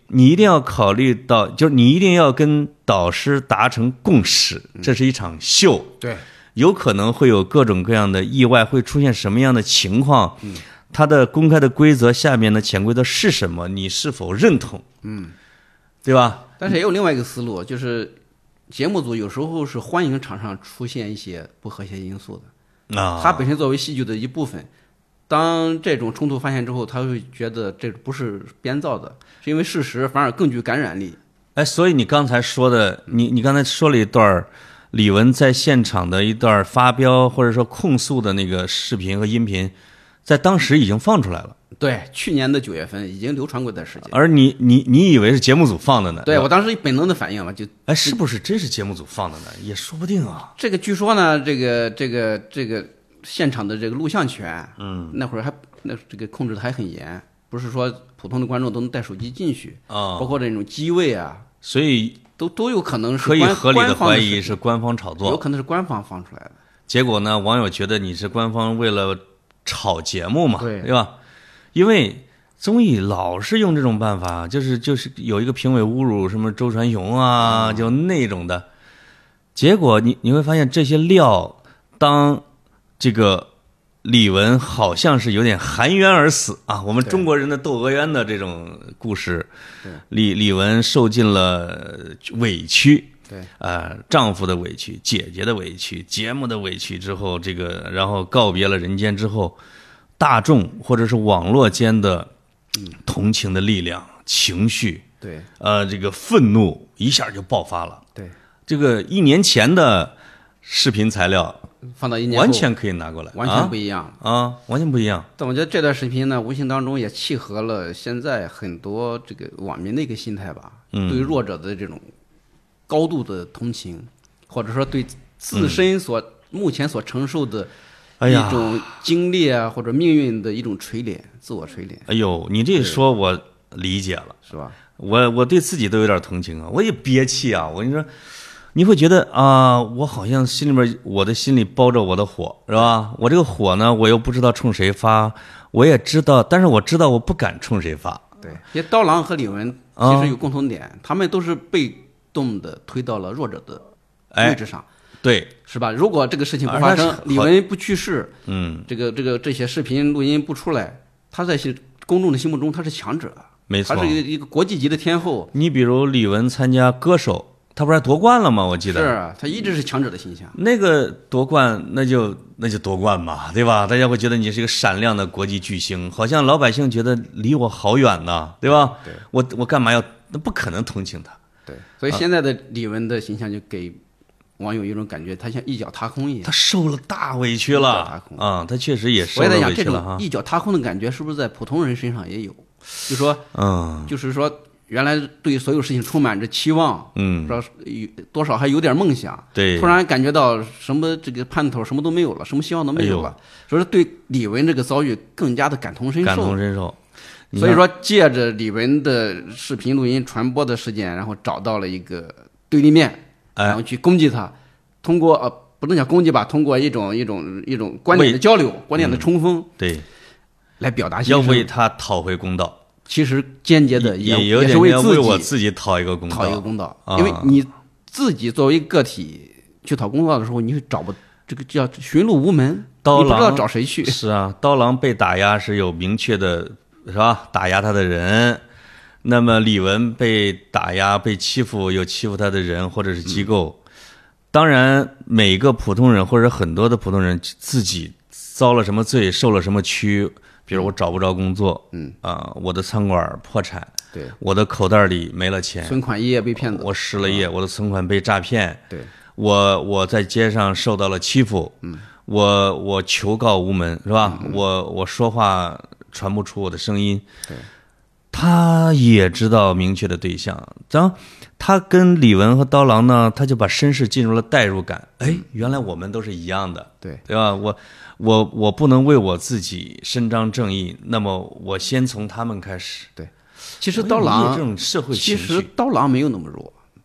你一定要考虑到，就是你一定要跟导师达成共识，这是一场秀， 对， 有可能会有各种各样的意外，会出现什么样的情况，它的公开的规则下面的潜规则是什么，你是否认同，对吧？ 但是也有另外一个思路，就是节目组有时候是欢迎场上出现一些不和谐因素的，它本身作为戏剧的一部分。当这种冲突发现之后，他会觉得这不是编造的，是因为事实反而更具感染力。 哎，所以你刚才说的，你刚才说了一段李玟在现场的一段发飙或者说控诉的那个视频和音频，在当时已经放出来了。 对，去年的9月份已经流传过一段时间。 而你以为是节目组放的呢？ 对，我当时本能的反应嘛，就哎，是不是真是节目组放的呢？也说不定啊。 这个据说呢，这个现场的这个录像权，那会儿这个控制的还很严，不是说普通的观众都能带手机进去啊，包括这种机位啊， 所以都有可能是可以合理的怀疑是官方炒作， 有可能是官方放出来的。 结果呢，网友觉得你是官方为了炒节目嘛， 对吧？因为综艺老是用这种办法，就是有一个评委侮辱什么周传雄啊，就那种的。结果你会发现这些料，当这个李玟好像是有点含冤而死啊，我们中国人的窦娥冤的这种故事，李玟受尽了委屈， 对， 丈夫的委屈，姐姐的委屈，节目的委屈之后，然后告别了人间之后，大众或者是网络间的同情的力量、情绪， 对， 这个愤怒一下就爆发了。 对， 这个1年前的视频材料放到1年后完全可以拿过来， 完全不一样啊，完全不一样。 但我觉得这段视频呢，无形当中也契合了现在很多这个网民的一个心态吧，对弱者的这种高度的同情，或者说对自身目前所承受的一种经历啊，或者命运的一种锤炼，自我锤炼。 哎呦，你这一说我理解了， 是吧？ 我对自己都有点同情啊，我也憋气啊。我跟你说，你会觉得啊，我好像心里面我的心里包着我的火，是吧？我这个火呢，我又不知道冲谁发，我也知道，但是我知道我不敢冲谁发。 对，因为刀郎和李玟其实有共同点，他们都是被动的推到了弱者的位置上。 对， 是吧？如果这个事情不发生，李玟不去世，这些视频录音不出来，他在公众的心目中他是强者， 没错， 他是一个国际级的天后。 你比如李玟参加歌手，他不是还夺冠了吗？我记得是啊，他一直是强者的形象。 那个夺冠，那就夺冠嘛，对吧？大家会觉得你是一个闪亮的国际巨星，好像老百姓觉得离我好远呢，对吧？ 对， 我干嘛要？那不可能同情他。 对，所以现在的李玟的形象就给网友一种感觉，他像一脚踏空一样。 他受了大委屈了啊！他确实也受了委屈了哈。 一脚踏空的感觉是不是在普通人身上也有？就说，就是说，原来对所有事情充满着期望，多少还有点梦想， 对， 突然感觉到什么这个盼头什么都没有了，什么希望都没有了，所以对李玟这个遭遇更加的感同身受。所以说，借着李玟的视频录音传播的事件，然后找到了一个对立面。然后去攻击他，通过不能讲攻击吧，通过一种观点的交流、观点的冲锋， 对， 来表达要为他讨回公道。 其实间接的也是为我自己讨一个公道，因为你自己作为个体去讨公道的时候，你会找不这个叫寻路无门，你不知道找谁去。 是啊，刀郎被打压是有明确的，是吧？打压他的人。那么李玟被打压、被欺负，有欺负他的人或者是机构。当然，每个普通人或者很多的普通人自己遭了什么罪、受了什么屈，比如我找不着工作，我的餐馆破产， 对， 我的口袋里没了钱， 存款一夜被骗走， 我失了业，我的存款被诈骗， 对， 我在街上受到了欺负，我求告无门，是吧？我说话传不出我的声音， 对。 他也知道明确的对象，然后他跟李玟和刀郎呢，他就把身世进入了代入感。哎，原来我们都是一样的， 对吧？我不能为我自己伸张正义，那么我先从他们开始。 对，其实刀郎这种社会情绪， 其实刀郎没有那么弱，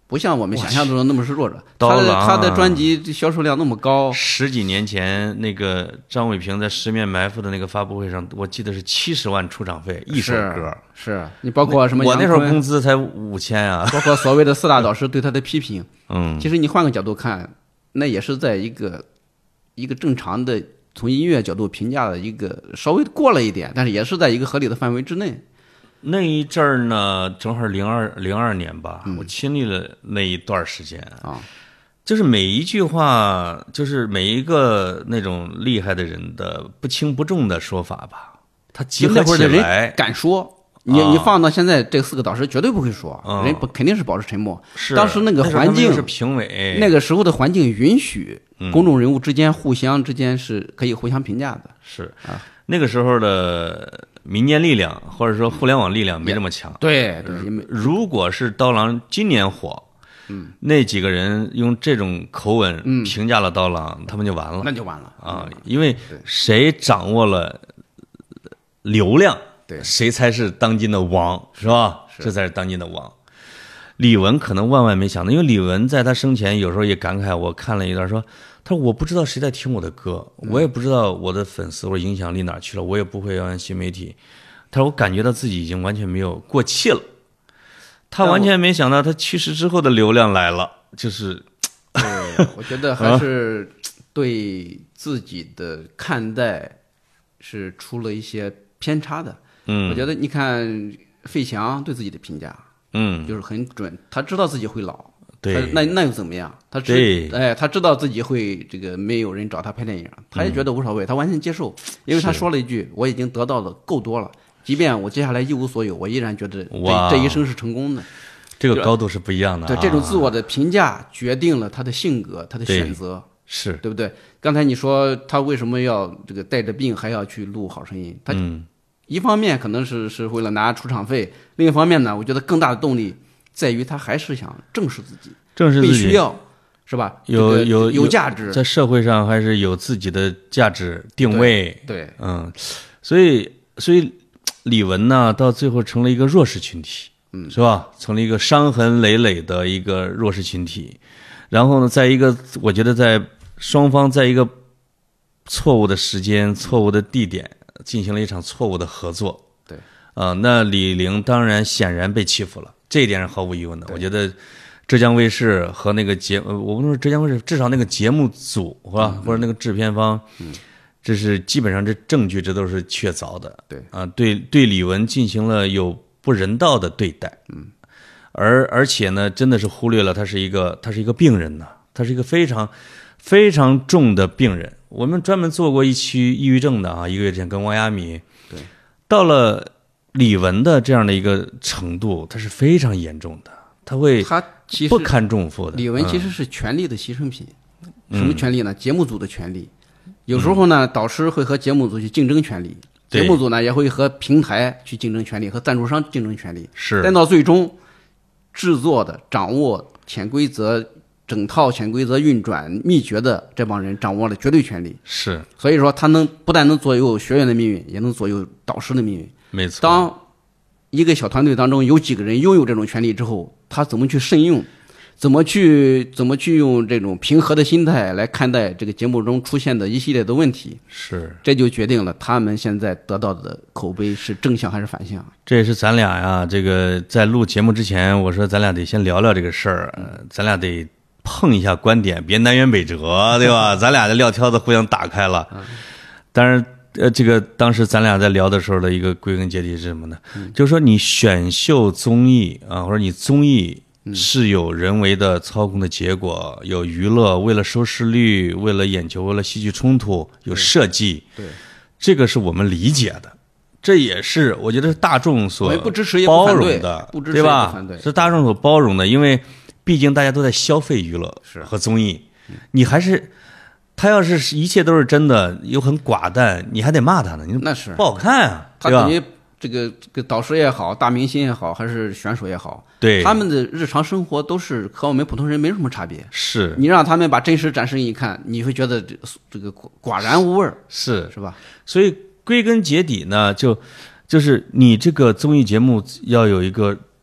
不像我们想象中的那么是弱者。 刀郎他的专辑销售量那么高 ，10几年前那个张伟平在《十面埋伏》的那个发布会上，我记得是70万出场费一首歌。 是你包括什么？ 我那时候工资才5000啊。 包括所谓的4大导师对他的批评， 其实你换个角度看，那也是在一个正常的从音乐角度评价的一个稍微过了一点，但是也是在一个合理的范围之内。 那一阵儿呢，正好02年吧，我亲历了那一段时间啊， 就是每一句话，就是每一个那种厉害的人的不轻不重的说法吧，他集合起来敢说。你放到现在这4个导师绝对不会说，人肯定是保持沉默。 是当时那个环境是评委， 那个时候的环境允许公众人物之间之间是可以互相评价的。 是啊，那个时候的民间力量或者说互联网力量没这么强。 对， 如果是刀郎今年火，那几个人用这种口吻评价了刀郎，他们就完了。 那就完了啊，因为谁掌握了流量， 对， 谁才是当今的王，是吧？这才是当今的王。李玟可能万万没想到，因为李玟在他生前有时候也感慨，我看了一段说，他说我不知道谁在听我的歌，我也不知道我的粉丝或者影响力哪去了，我也不会要按新媒体。他说我感觉到自己已经完全没有过气了。他完全没想到他去世之后的流量来了，就是对，我觉得还是对自己的看待是出了一些偏差的。我觉得你看费翔对自己的评价，就是很准，他知道自己会老， 对， 那又怎么样？他知道自己会这个没有人找他拍电影，他也觉得无所谓，他完全接受，因为他说了一句：“我已经得到的够多了，即便我接下来一无所有，我依然觉得这一生是成功的。” 这个高度是不一样的。 对，这种自我的评价决定了他的性格，他的选择， 是对不对？刚才你说他为什么要这个带着病还要去录《好声音》？他一方面可能是为了拿出场费，另一方面呢，我觉得更大的动力在于他还是想正视自己，被需要，是吧？有价值， 在社会上还是有自己的价值定位。 对， 所以李玟呢，到最后成了一个弱势群体，是吧？成了一个伤痕累累的一个弱势群体。然后呢，我觉得在双方在一个错误的时间、错误的地点进行了一场错误的合作。 对， 那李玲当然显然被欺负了，这一点是毫无疑问的。我觉得浙江卫视和那个我不能说浙江卫视，至少那个节目组是吧，或者那个制片方，这是基本上这证据这都是确凿的。 对啊，对李玟进行了有不人道的对待。而且呢，真的是忽略了他是一个病人呢，他是一个非常非常重的病人。我们专门做过一期抑郁症的啊，1个月之前跟王亚米。 对， 到了李玟的这样的一个程度，他是非常严重的，他其实不堪重负的。 李玟其实是权力的牺牲品。什么权利呢？节目组的权利。有时候呢，导师会和节目组去竞争权利，节目组呢也会和平台去竞争权利，和赞助商竞争权利。 是， 但到最终，制作的掌握潜规则。整套潜规则运转秘诀的这帮人掌握了绝对权力， 是， 所以说他不但能左右学员的命运，也能左右导师的命运。 没错。 当一个小团队当中有几个人拥有这种权利之后，他怎么去慎用，怎么去用这种平和的心态来看待这个节目中出现的一系列的问题， 是， 这就决定了他们现在得到的口碑是正向还是反向。 这也是咱俩呀，这个在录节目之前，我说咱俩得先聊聊这个事儿，咱俩得碰一下观点，别南辕北辙，对吧？咱俩的撂挑子互相打开了。当然，这个当时咱俩在聊的时候的一个归根结底是什么呢？就是说你选秀综艺啊，或者你综艺是有人为的操控的结果，有娱乐，为了收视率，为了眼球，为了戏剧冲突，有设计。 对， 这个是我们理解的。这也是我觉得是大众所不支持也包容的，对吧？是大众所包容的，因为毕竟大家都在消费娱乐和综艺，你还是他要是一切都是真的，又很寡淡，你还得骂他呢，你那是不好看啊， 他等于这个导师也好，大明星也好，还是选手也好， 对， 他们的日常生活都是和我们普通人没什么差别。 是你让他们把真实展示给你看，你会觉得这个寡然无味，是吧？ 所以归根结底呢，就是你这个综艺节目要有一个度，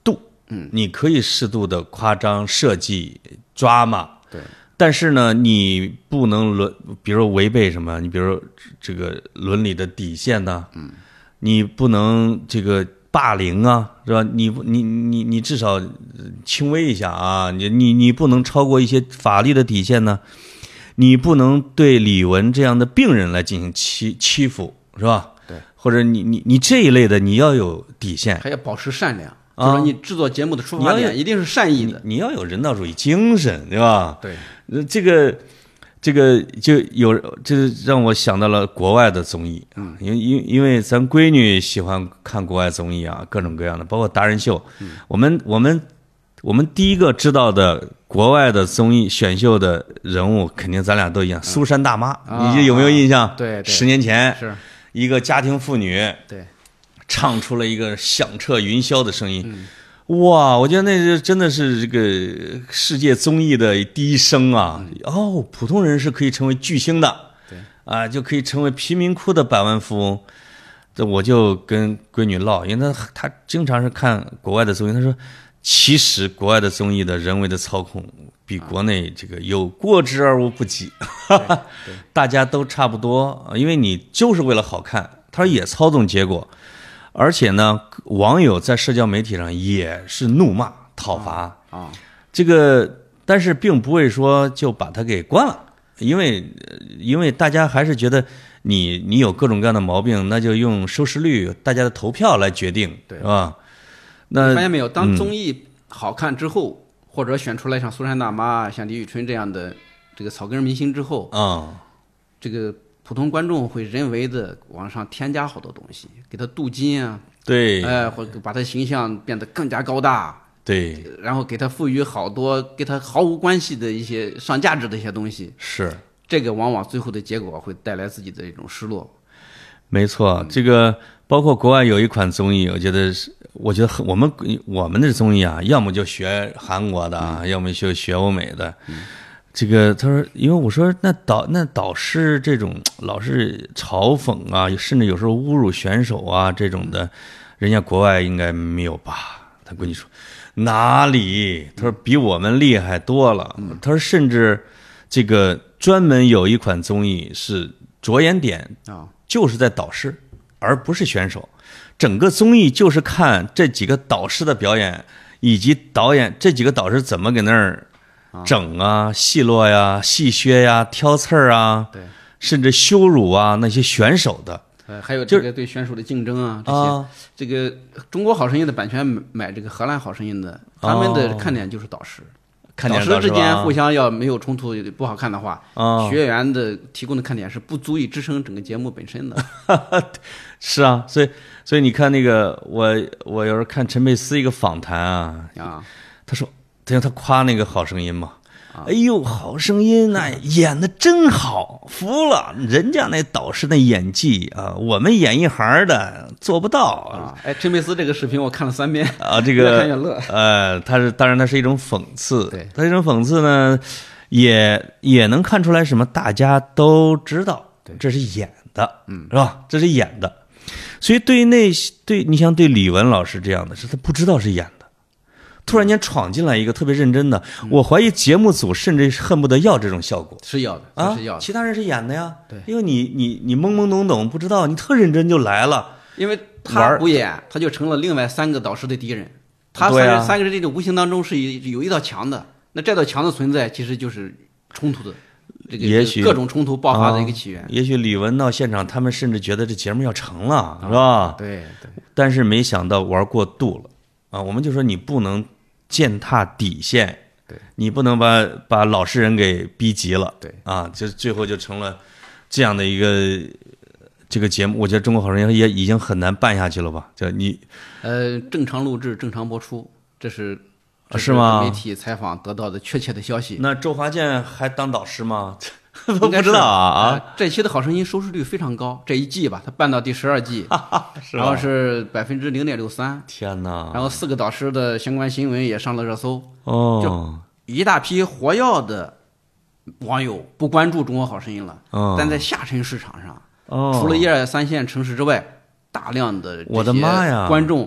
你可以适度的夸张设计抓嘛， 对， 但是呢，你不能比如违背什么，你比如这个伦理的底线呢，你不能这个霸凌啊，是吧？你至少轻微一下啊，你不能超过一些法律的底线呢，你不能对李玟这样的病人来进行欺负，是吧？ 对， 或者你这一类的你要有底线， 还要保持善良。就是你制作节目的出发点一定是善意的， 你要有人道主义精神，对吧？ 对， 这个就让我想到了国外的综艺，因为咱闺女喜欢看国外综艺啊，各种各样的，包括达人秀。我们第一个知道的国外的综艺选秀的人物，肯定咱俩都一样，苏珊大妈，你有没有印象？ 对 ，10年前是一个家庭妇女， 对。 唱出了一个响彻云霄的声音，哇！我觉得那真的是这个世界综艺的第一声啊！普通人是可以成为巨星的， 对啊，就可以成为贫民窟的百万富翁。这我就跟闺女唠，因为她经常是看国外的综艺，她说，其实国外的综艺的人为的操控比国内这个有过之而无不及，大家都差不多，因为你就是为了好看，她也操纵结果。而且呢，网友在社交媒体上也是怒骂讨伐这个，但是并不会说就把它给关了，因为大家还是觉得你有各种各样的毛病，那就用收视率、大家的投票来决定， 对， 是吧？那发现没有，当综艺好看之后，或者选出来像苏珊大妈、像李宇春这样的这个草根明星之后，这个普通观众会人为的往上添加好多东西，给他镀金啊， 对， 或把他形象变得更加高大， 对， 然后给他赋予好多跟他毫无关系的一些上价值的一些东西， 是这个往往最后的结果会带来自己的一种失落。 没错，这个包括国外有一款综艺，我觉得我们的综艺啊，要么就学韩国的啊，要么就学欧美的。这个他说，因为我说那导师这种老是嘲讽啊，甚至有时候侮辱选手啊这种的，人家国外应该没有吧？他闺女说哪里？他说比我们厉害多了。他说甚至这个专门有一款综艺是着眼点就是在导师，而不是选手。整个综艺就是看这几个导师的表演，以及导演这几个导师怎么给那儿整啊、戏落呀、戏谑呀、挑刺儿啊， 对， 甚至羞辱啊那些选手的， 还有这个对选手的竞争啊，这些，这个中国好声音的版权买这个荷兰好声音的，他们的看点就是导师。导师之间互相要没有冲突不好看的话，学员的提供的看点是不足以支撑整个节目本身的。 是啊，所以你看那个我有时候看陈佩斯一个访谈他说他夸那个好声音嘛，哎呦好声音那演的真好，服了，人家那导师那演技啊，我们演一行的做不到陈佩斯这个视频我看了3遍这个越看越乐。 当然它是一种讽刺， 对， 它这种讽刺呢也能看出来什么，大家都知道这是演的，是吧？这是演的。所以对你像对李玟老师这样的，是他不知道是演的，突然间闯进来一个特别认真的，我怀疑节目组甚至恨不得要这种效果， 是要的，是要的。 其他人是演的呀， 对， 因为你懵懵懂懂不知道，你特认真就来了， 因为他不演，他就成了另外3个导师的敌人，他三个人这种无形当中是有一道墙的，那这道墙的存在其实就是冲突的。这个各种冲突爆发的一个起源。 也许李玟到现场，他们甚至觉得这节目要成了，是吧？ 对。 但是没想到玩过度了我们就说你不能践踏底线， 对， 你不能把老实人给逼急了， 对就最后就成了这样的一个这个节目。我觉得《中国好声音》也已经很难办下去了吧？就你正常录制、正常播出，这是吗？ 媒体采访得到的确切的消息。 那周华健还当导师吗？不知道这期的好声音收视率非常高，这一季吧，他办到第12季，然后是0.63%。 天哪！ 然后4个导师的相关新闻也上了热搜。 就一大批活跃的网友不关注中国好声音了，但在下沉市场上，除了1、2、3线城市之外，大量的这些观众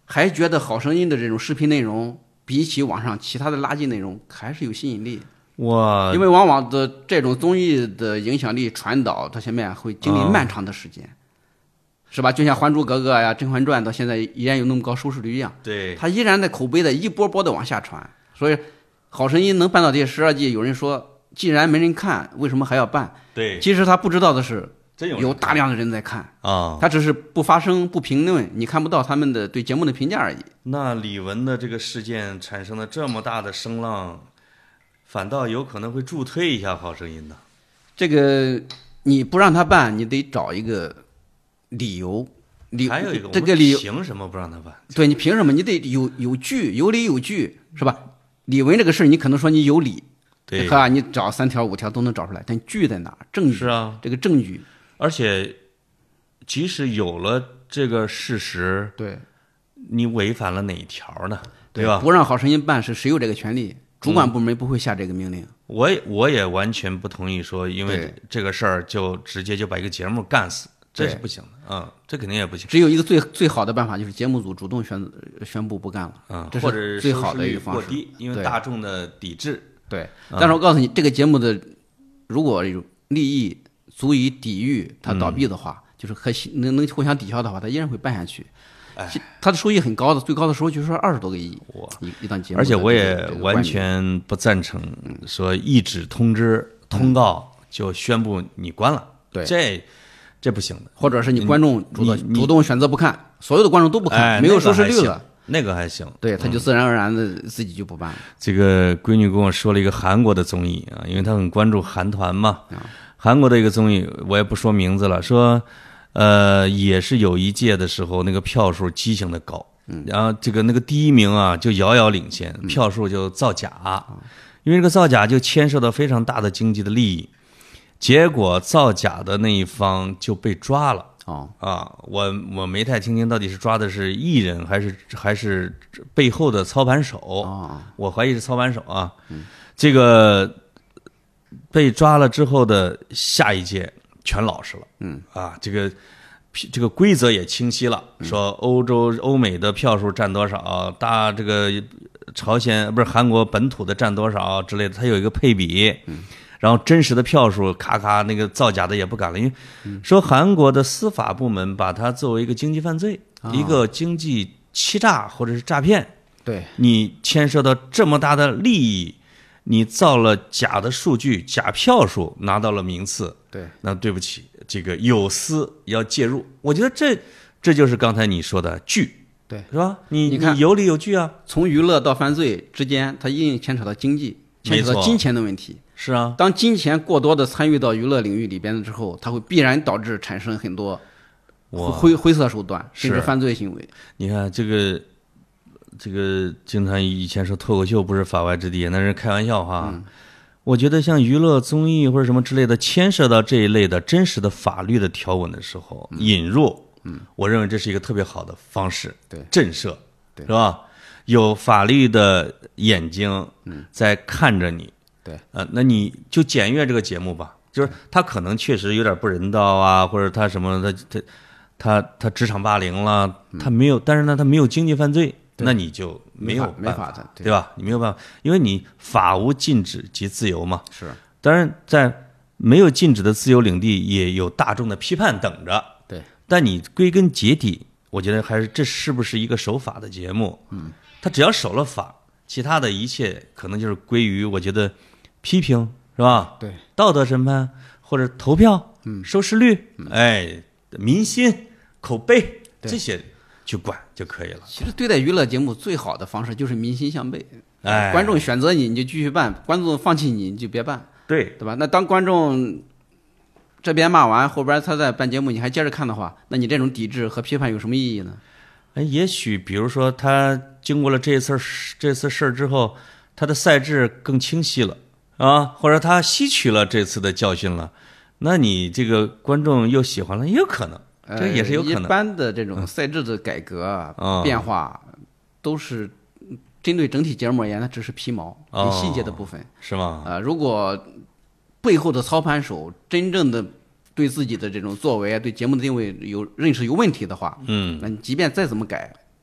还觉得好声音的这种视频内容比起网上其他的垃圾内容还是有吸引力。因为往往的这种综艺的影响力传导，它前面会经历漫长的时间，是吧？就像《还珠格格》呀、《甄嬛传》到现在依然有那么高收视率一样， 对， 它依然在口碑的一波波的往下传。所以，好声音能办到第12季，有人说，既然没人看，为什么还要办？ 对， 其实他不知道的是， 真有大量的人在看啊， 他只是不发声、不评论，你看不到他们的对节目的评价而已。 那李玟的这个事件产生了这么大的声浪，反倒有可能会助推一下好声音呢。 这个你不让他办，你得找一个理由。 还有一个， 这个理由凭什么不让他办？ 对，你凭什么？你得有据，有理有据，是吧？李玟这个事儿，你可能说你有理， 对， 你找3条5条都能找出来，但据在哪？证据是啊， 这个证据。 而且，即使有了这个事实， 对， 你违反了哪一条呢？对吧？ 不让好声音办是谁有这个权利？主管部门不会下这个命令。 我也完全不同意说，因为这个事儿就直接就把一个节目干死，这是不行的。这肯定也不行。 只有一个最好的办法，就是节目组主动宣布不干了。这是最好的一个方式。 过低，因为大众的抵制。 对，但是我告诉你，这个节目的如果利益足以抵御它倒闭的话，就是能互相抵消的话，它依然会办下去。它的收益很高的，最高的时候就是说20多个亿一档节目。 而且我也完全不赞成说一纸通知通告就宣布你关了。 对， 这不行的。 或者是你观众主动选择不看，所有的观众都不看，没有收视率了。 那个还行， 对，他就自然而然的自己就不办了。 这个闺女跟我说了一个韩国的综艺啊，因为她很关注韩团嘛。韩国的一个综艺，我也不说名字了，说也是有一届的时候，那个票数畸形的高，然后那个第1名啊就遥遥领先，票数就造假，因为这个造假就牵涉到非常大的经济的利益，结果造假的那一方就被抓了。我没太听清到底是抓的是艺人还是背后的操盘手。我怀疑是操盘手啊。这个被抓了之后的下一届全老实了。这个规则也清晰了，说欧美的票数占多少，这个朝鲜不是韩国本土的占多少之类的，它有一个配比。然后真实的票数咔咔那个造假的也不敢了，因为说韩国的司法部门把它作为一个经济犯罪，一个经济欺诈或者是诈骗。 对， 你牵涉到这么大的利益，你造了假的数据、假票数，拿到了名次。 对， 那对不起，这个有司要介入。我觉得这就是刚才你说的据， 对， 是吧？你有理有据啊。 从娱乐到犯罪之间，它一定牵扯到经济，牵扯到金钱的问题。 是啊， 当金钱过多的参与到娱乐领域里边之后，它会必然导致产生很多灰色手段，甚至犯罪行为。 你看这个经常以前说脱口秀不是法外之地，那是开玩笑哈。我觉得像娱乐综艺或者什么之类的，牵涉到这一类的真实的法律的条文的时候，引入，我认为这是一个特别好的方式，震慑，是吧？有法律的眼睛在看着你。 对， 那你就检阅这个节目吧，就是他可能确实有点不人道啊，或者他什么，他职场霸凌了，他没有，但是呢，他没有经济犯罪，那你就没有办法的，对吧？你没有办法，因为你法无禁止即自由嘛。 是， 当然在没有禁止的自由领地，也有大众的批判等着。 对， 但你归根结底，我觉得还是这是不是一个守法的节目？他只要守了法，其他的一切可能就是归于我觉得。批评是吧？ 对， 道德审判或者投票，收视率，民心、口碑这些去管就可以了。 其实对待娱乐节目最好的方式就是民心向背。 哎， 观众选择你，你就继续办；观众放弃你，你就别办。 对吧？那当观众这边骂完，后边他在办节目，你还接着看的话，那你这种抵制和批判有什么意义呢？ 也许比如说他经过了这次事儿之后，他的赛制更清晰了。或者他吸取了这次的教训了，那你这个观众又喜欢了，也有可能，这也是有可能。 一般的这种赛制的改革变化，都是针对整体节目而言，它只是皮毛，很细节的部分， 是吗？ 如果背后的操盘手真正的对自己的这种作为、对节目的定位认识有问题的话，那你即便再怎么改，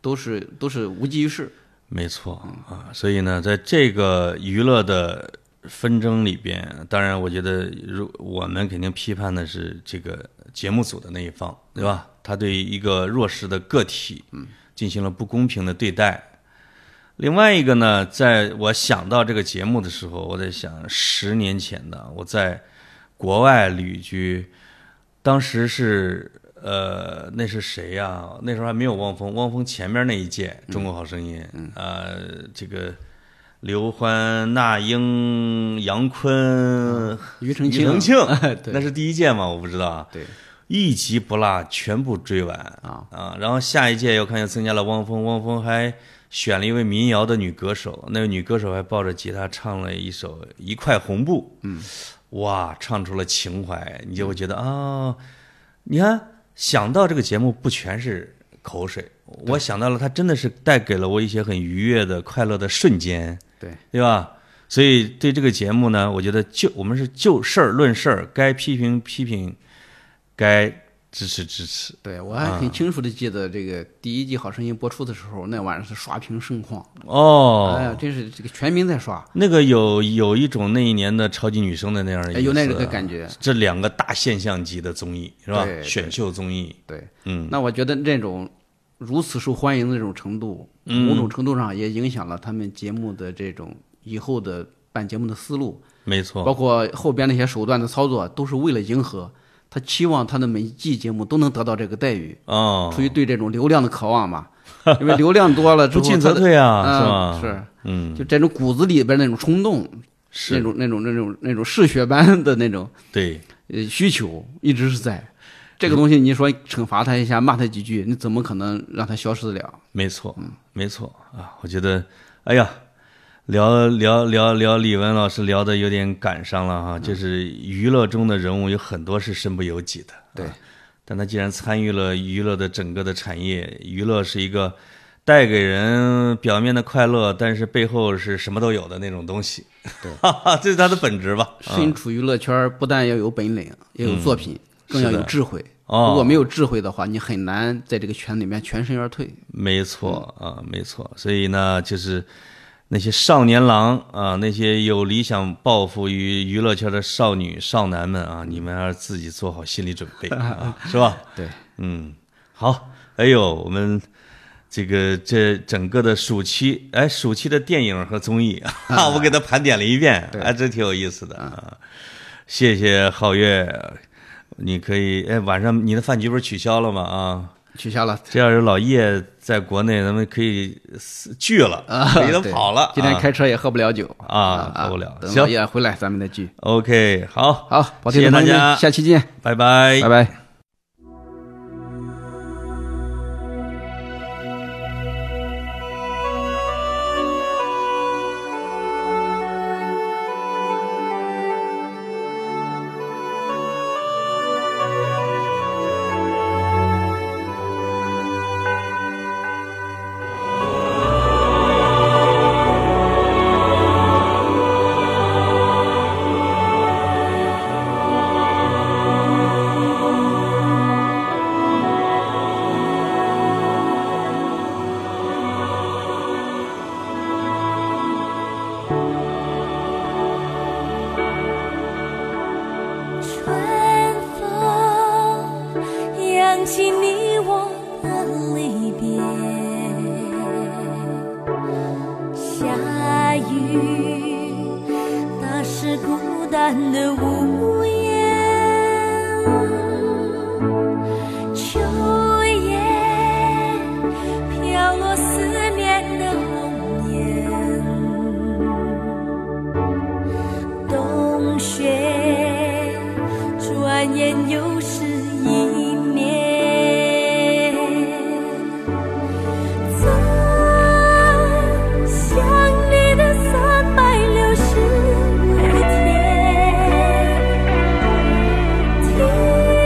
都是无济于事。 没错啊，所以呢，在这个娱乐的纷争里边，当然我觉得我们肯定批判的是这个节目组的那一方，对吧？他对一个弱势的个体进行了不公平的对待。另外一个呢，在我想到这个节目的时候，我在想10年前的我在国外旅居，当时是那是谁呀？那时候还没有汪峰，汪峰前面那一届《中国好声音》，这个刘欢、那英、杨坤、 庾澄庆， 对， 那是第一届吗？我不知道啊。 对， 一集不落，全部追完啊！然后下一届又增加了汪峰，汪峰还选了一位民谣的女歌手，那位女歌手还抱着吉他唱了一首《一块红布》，哇，唱出了情怀，你就会觉得你看。想到这个节目不全是口水，我想到了它真的是带给了我一些很愉悦的快乐的瞬间，对吧？所以对这个节目呢，我觉得我们是就事儿论事儿，该批评批评，该支持支持。 对，我还很清楚的记得这个第一季《好声音》播出的时候，那晚上是刷屏盛况哎呀，真是这个全民在刷。 那个有一种那一年的超级女声的那样的意思， 有那个感觉。 这2个大现象级的综艺是吧？选秀综艺。 对，那我觉得这种如此受欢迎的这种程度，某种程度上也影响了他们节目的这种以后的办节目的思路。 没错， 包括后边那些手段的操作，都是为了迎合。他期望他的每一季节目都能得到这个待遇出于对这种流量的渴望嘛，因为流量多了之后不进则退啊，是吧？ 就这种骨子里边那种冲动，那种嗜血般的那种对需求一直是在。这个东西你说惩罚他一下，骂他几句，你怎么可能让他消失得了？ 没错，没错啊！我觉得，哎呀。聊李玟老师聊的有点感伤了哈，就是娱乐中的人物有很多是身不由己的， 对。 但他既然参与了娱乐的整个的产业，娱乐是一个带给人表面的快乐，但是背后是什么都有的那种东西， 对， 这是他的本质吧。 身处娱乐圈，不但要有本领，也有作品，更要有智慧。如果没有智慧的话，你很难在这个圈里面全身而退。 没错没错。所以呢，就是那些少年郎啊，那些有理想抱负于娱乐圈的少女少男们啊，你们要自己做好心理准备是吧？ 对， 好。哎呦，我们这整个的暑期的电影和综艺我给他盘点了一遍，还真挺有意思的啊。谢谢皓月，你可以晚上你的饭局不是取消了吗？ 取消了。 这要是老叶在国内，咱们可以聚了，可以都跑了。 今天开车也喝不了酒喝不了。 等老叶回来，咱们再聚。 OK， 好， 谢谢大家， 下期见， 拜拜， 拜拜。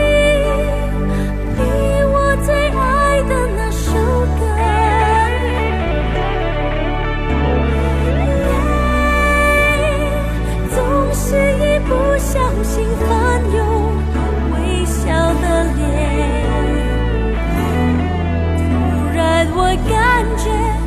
听，比我最爱的那首歌。 界。